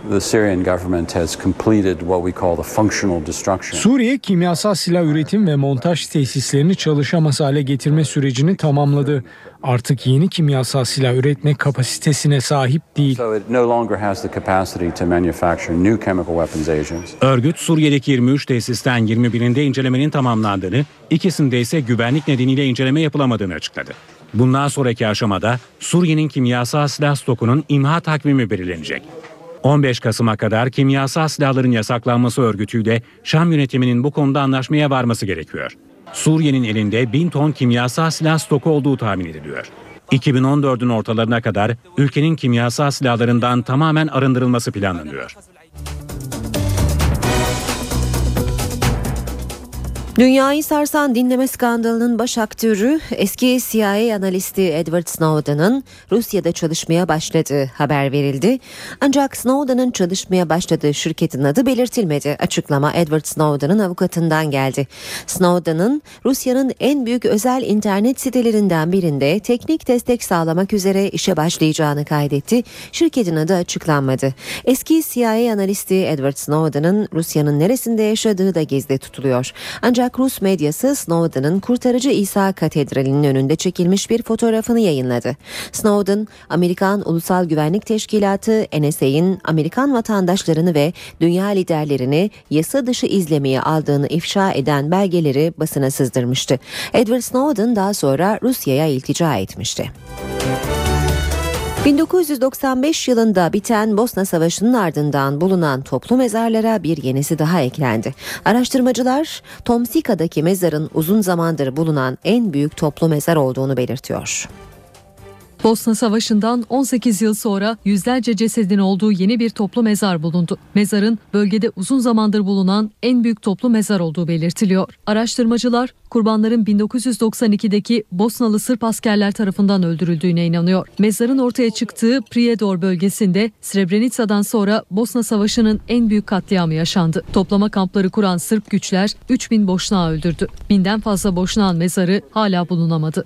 Suriye, kimyasal silah üretim ve montaj tesislerini çalışamaz hale getirme sürecini tamamladı. Artık yeni kimyasal silah üretme kapasitesine sahip değil. Örgüt, Suriye'deki yirmi üç tesisten yirmi birinde incelemenin tamamlandığını, ikisinde ise güvenlik nedeniyle inceleme yapılamadığını açıkladı. Bundan sonraki aşamada Suriye'nin kimyasal silah stokunun imha takvimi belirlenecek. on beş Kasım'a kadar kimyasal silahların yasaklanması örgütüyle Şam yönetiminin bu konuda anlaşmaya varması gerekiyor. Suriye'nin elinde bin ton kimyasal silah stoku olduğu tahmin ediliyor. iki bin on dördün ortalarına kadar ülkenin kimyasal silahlarından tamamen arındırılması planlanıyor. Dünyayı sarsan dinleme skandalının baş aktörü eski C I A analisti Edward Snowden'ın Rusya'da çalışmaya başladığı haber verildi. Ancak Snowden'ın çalışmaya başladığı şirketin adı belirtilmedi. Açıklama Edward Snowden'ın avukatından geldi. Snowden'ın Rusya'nın en büyük özel internet sitelerinden birinde teknik destek sağlamak üzere işe başlayacağını kaydetti. Şirketin adı açıklanmadı. Eski C I A analisti Edward Snowden'ın Rusya'nın neresinde yaşadığı da gizli tutuluyor. Ancak Rus medyası Snowden'ın Kurtarıcı İsa Katedrali'nin önünde çekilmiş bir fotoğrafını yayınladı. Snowden, Amerikan Ulusal Güvenlik Teşkilatı N S A'nin Amerikan vatandaşlarını ve dünya liderlerini yasa dışı izlemeye aldığını ifşa eden belgeleri basına sızdırmıştı. Edward Snowden daha sonra Rusya'ya iltica etmişti. bin dokuz yüz doksan beş yılında biten Bosna Savaşı'nın ardından bulunan toplu mezarlara bir yenisi daha eklendi. Araştırmacılar Tomsika'daki mezarın uzun zamandır bulunan en büyük toplu mezar olduğunu belirtiyor. Bosna Savaşı'ndan on sekiz yıl sonra yüzlerce cesedin olduğu yeni bir toplu mezar bulundu. Mezarın bölgede uzun zamandır bulunan en büyük toplu mezar olduğu belirtiliyor. Araştırmacılar kurbanların bin dokuz yüz doksan ikideki Bosnalı Sırp askerler tarafından öldürüldüğüne inanıyor. Mezarın ortaya çıktığı Prijedor bölgesinde Srebrenica'dan sonra Bosna Savaşı'nın en büyük katliamı yaşandı. Toplama kampları kuran Sırp güçler üç bin Boşnağı öldürdü. Binden fazla Boşnağın mezarı hala bulunamadı.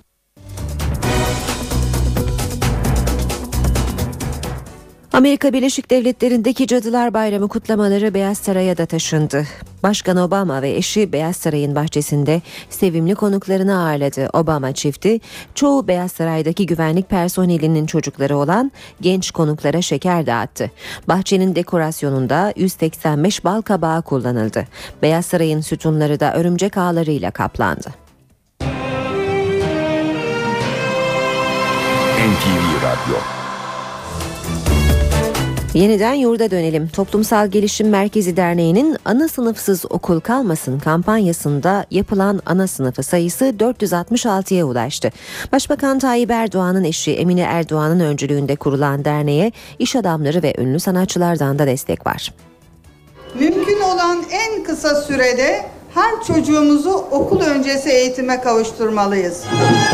Amerika Birleşik Devletleri'ndeki Cadılar Bayramı kutlamaları Beyaz Saray'a da taşındı. Başkan Obama ve eşi Beyaz Saray'ın bahçesinde sevimli konuklarını ağırladı. Obama çifti çoğu Beyaz Saray'daki güvenlik personelinin çocukları olan genç konuklara şeker dağıttı. Bahçenin dekorasyonunda yüz seksen beş bal kabağı kullanıldı. Beyaz Saray'ın sütunları da örümcek ağlarıyla kaplandı. N T V Radyo. Yeniden yurda dönelim. Toplumsal Gelişim Merkezi Derneği'nin ana sınıfsız okul kalmasın kampanyasında yapılan ana sınıfı sayısı dört yüz altmış altıya ulaştı. Başbakan Tayyip Erdoğan'ın eşi Emine Erdoğan'ın öncülüğünde kurulan derneğe iş adamları ve ünlü sanatçılardan da destek var. Mümkün olan en kısa sürede her çocuğumuzu okul öncesi eğitime kavuşturmalıyız.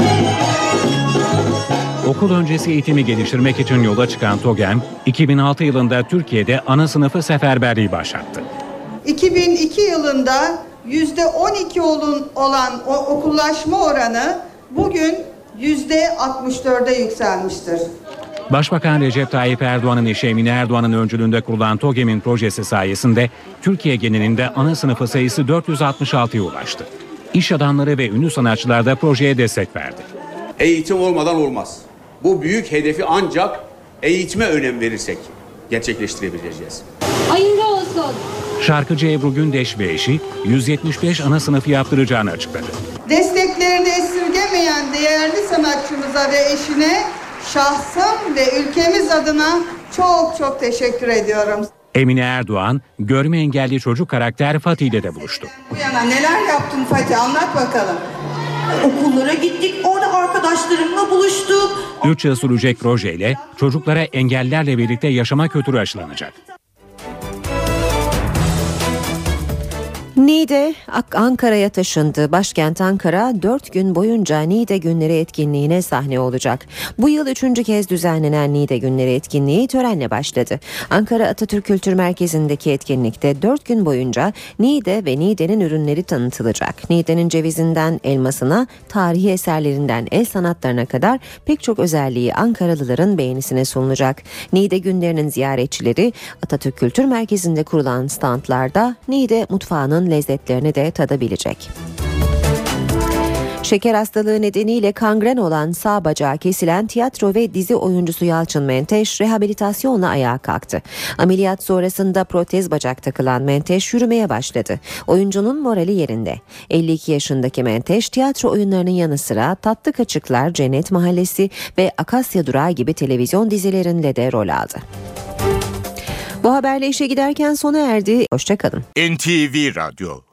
Okul öncesi eğitimi geliştirmek için yola çıkan TOGEM, iki bin altı yılında Türkiye'de ana sınıfı seferberliği başlattı. iki bin iki yılında yüzde on iki olan okullaşma oranı bugün yüzde altmış dörde yükselmiştir. Başbakan Recep Tayyip Erdoğan'ın eşi Emine Erdoğan'ın öncülüğünde kurulan TOGEM'in projesi sayesinde Türkiye genelinde ana sınıfı sayısı dört yüz altmış altıya ulaştı. İş adamları ve ünlü sanatçılar da projeye destek verdi. Eğitim olmadan olmaz. Bu büyük hedefi ancak eğitime önem verirsek gerçekleştirebileceğiz. Hayırlı olsun. Şarkıcı Ebru Gündeş ve eşi yüz yetmiş beş ana sınıfı yaptıracağını açıkladı. Desteklerini esirgemeyen değerli sanatçımıza ve eşine şahsım ve ülkemiz adına çok çok teşekkür ediyorum. Emine Erdoğan, görme engelli çocuk karakter Fatih ile de buluştu. Bu yana neler yaptın Fatih, anlat bakalım. Okullara gittik, orada arkadaşlarımla buluştuk. üç yıl sürecek projeyle çocuklara engellerle birlikte yaşama kültürü aşılanacak. Niğde Ankara'ya taşındı. Başkent Ankara dört gün boyunca Niğde Günleri etkinliğine sahne olacak. Bu yıl üçüncü kez düzenlenen Niğde Günleri etkinliği törenle başladı. Ankara Atatürk Kültür Merkezi'ndeki etkinlikte dört gün boyunca Niğde ve Niğde'nin ürünleri tanıtılacak. Niğde'nin cevizinden elmasına, tarihi eserlerinden el sanatlarına kadar pek çok özelliği Ankaralıların beğenisine sunulacak. Niğde Günleri'nin ziyaretçileri Atatürk Kültür Merkezi'nde kurulan standlarda Niğde mutfağının lezzetlerini de tadabilecek. Şeker hastalığı nedeniyle kangren olan sağ bacağı kesilen tiyatro ve dizi oyuncusu Yalçın Menteş rehabilitasyonla ayağa kalktı. Ameliyat sonrasında protez bacak takılan Menteş yürümeye başladı. Oyuncunun morali yerinde. elli iki yaşındaki Menteş tiyatro oyunlarının yanı sıra Tatlı Kaçıklar, Cennet Mahallesi ve Akasya Durağı gibi televizyon dizilerinde de rol aldı. Bu haberle işe giderken sona erdi. Hoşça kalın. N T V Radyo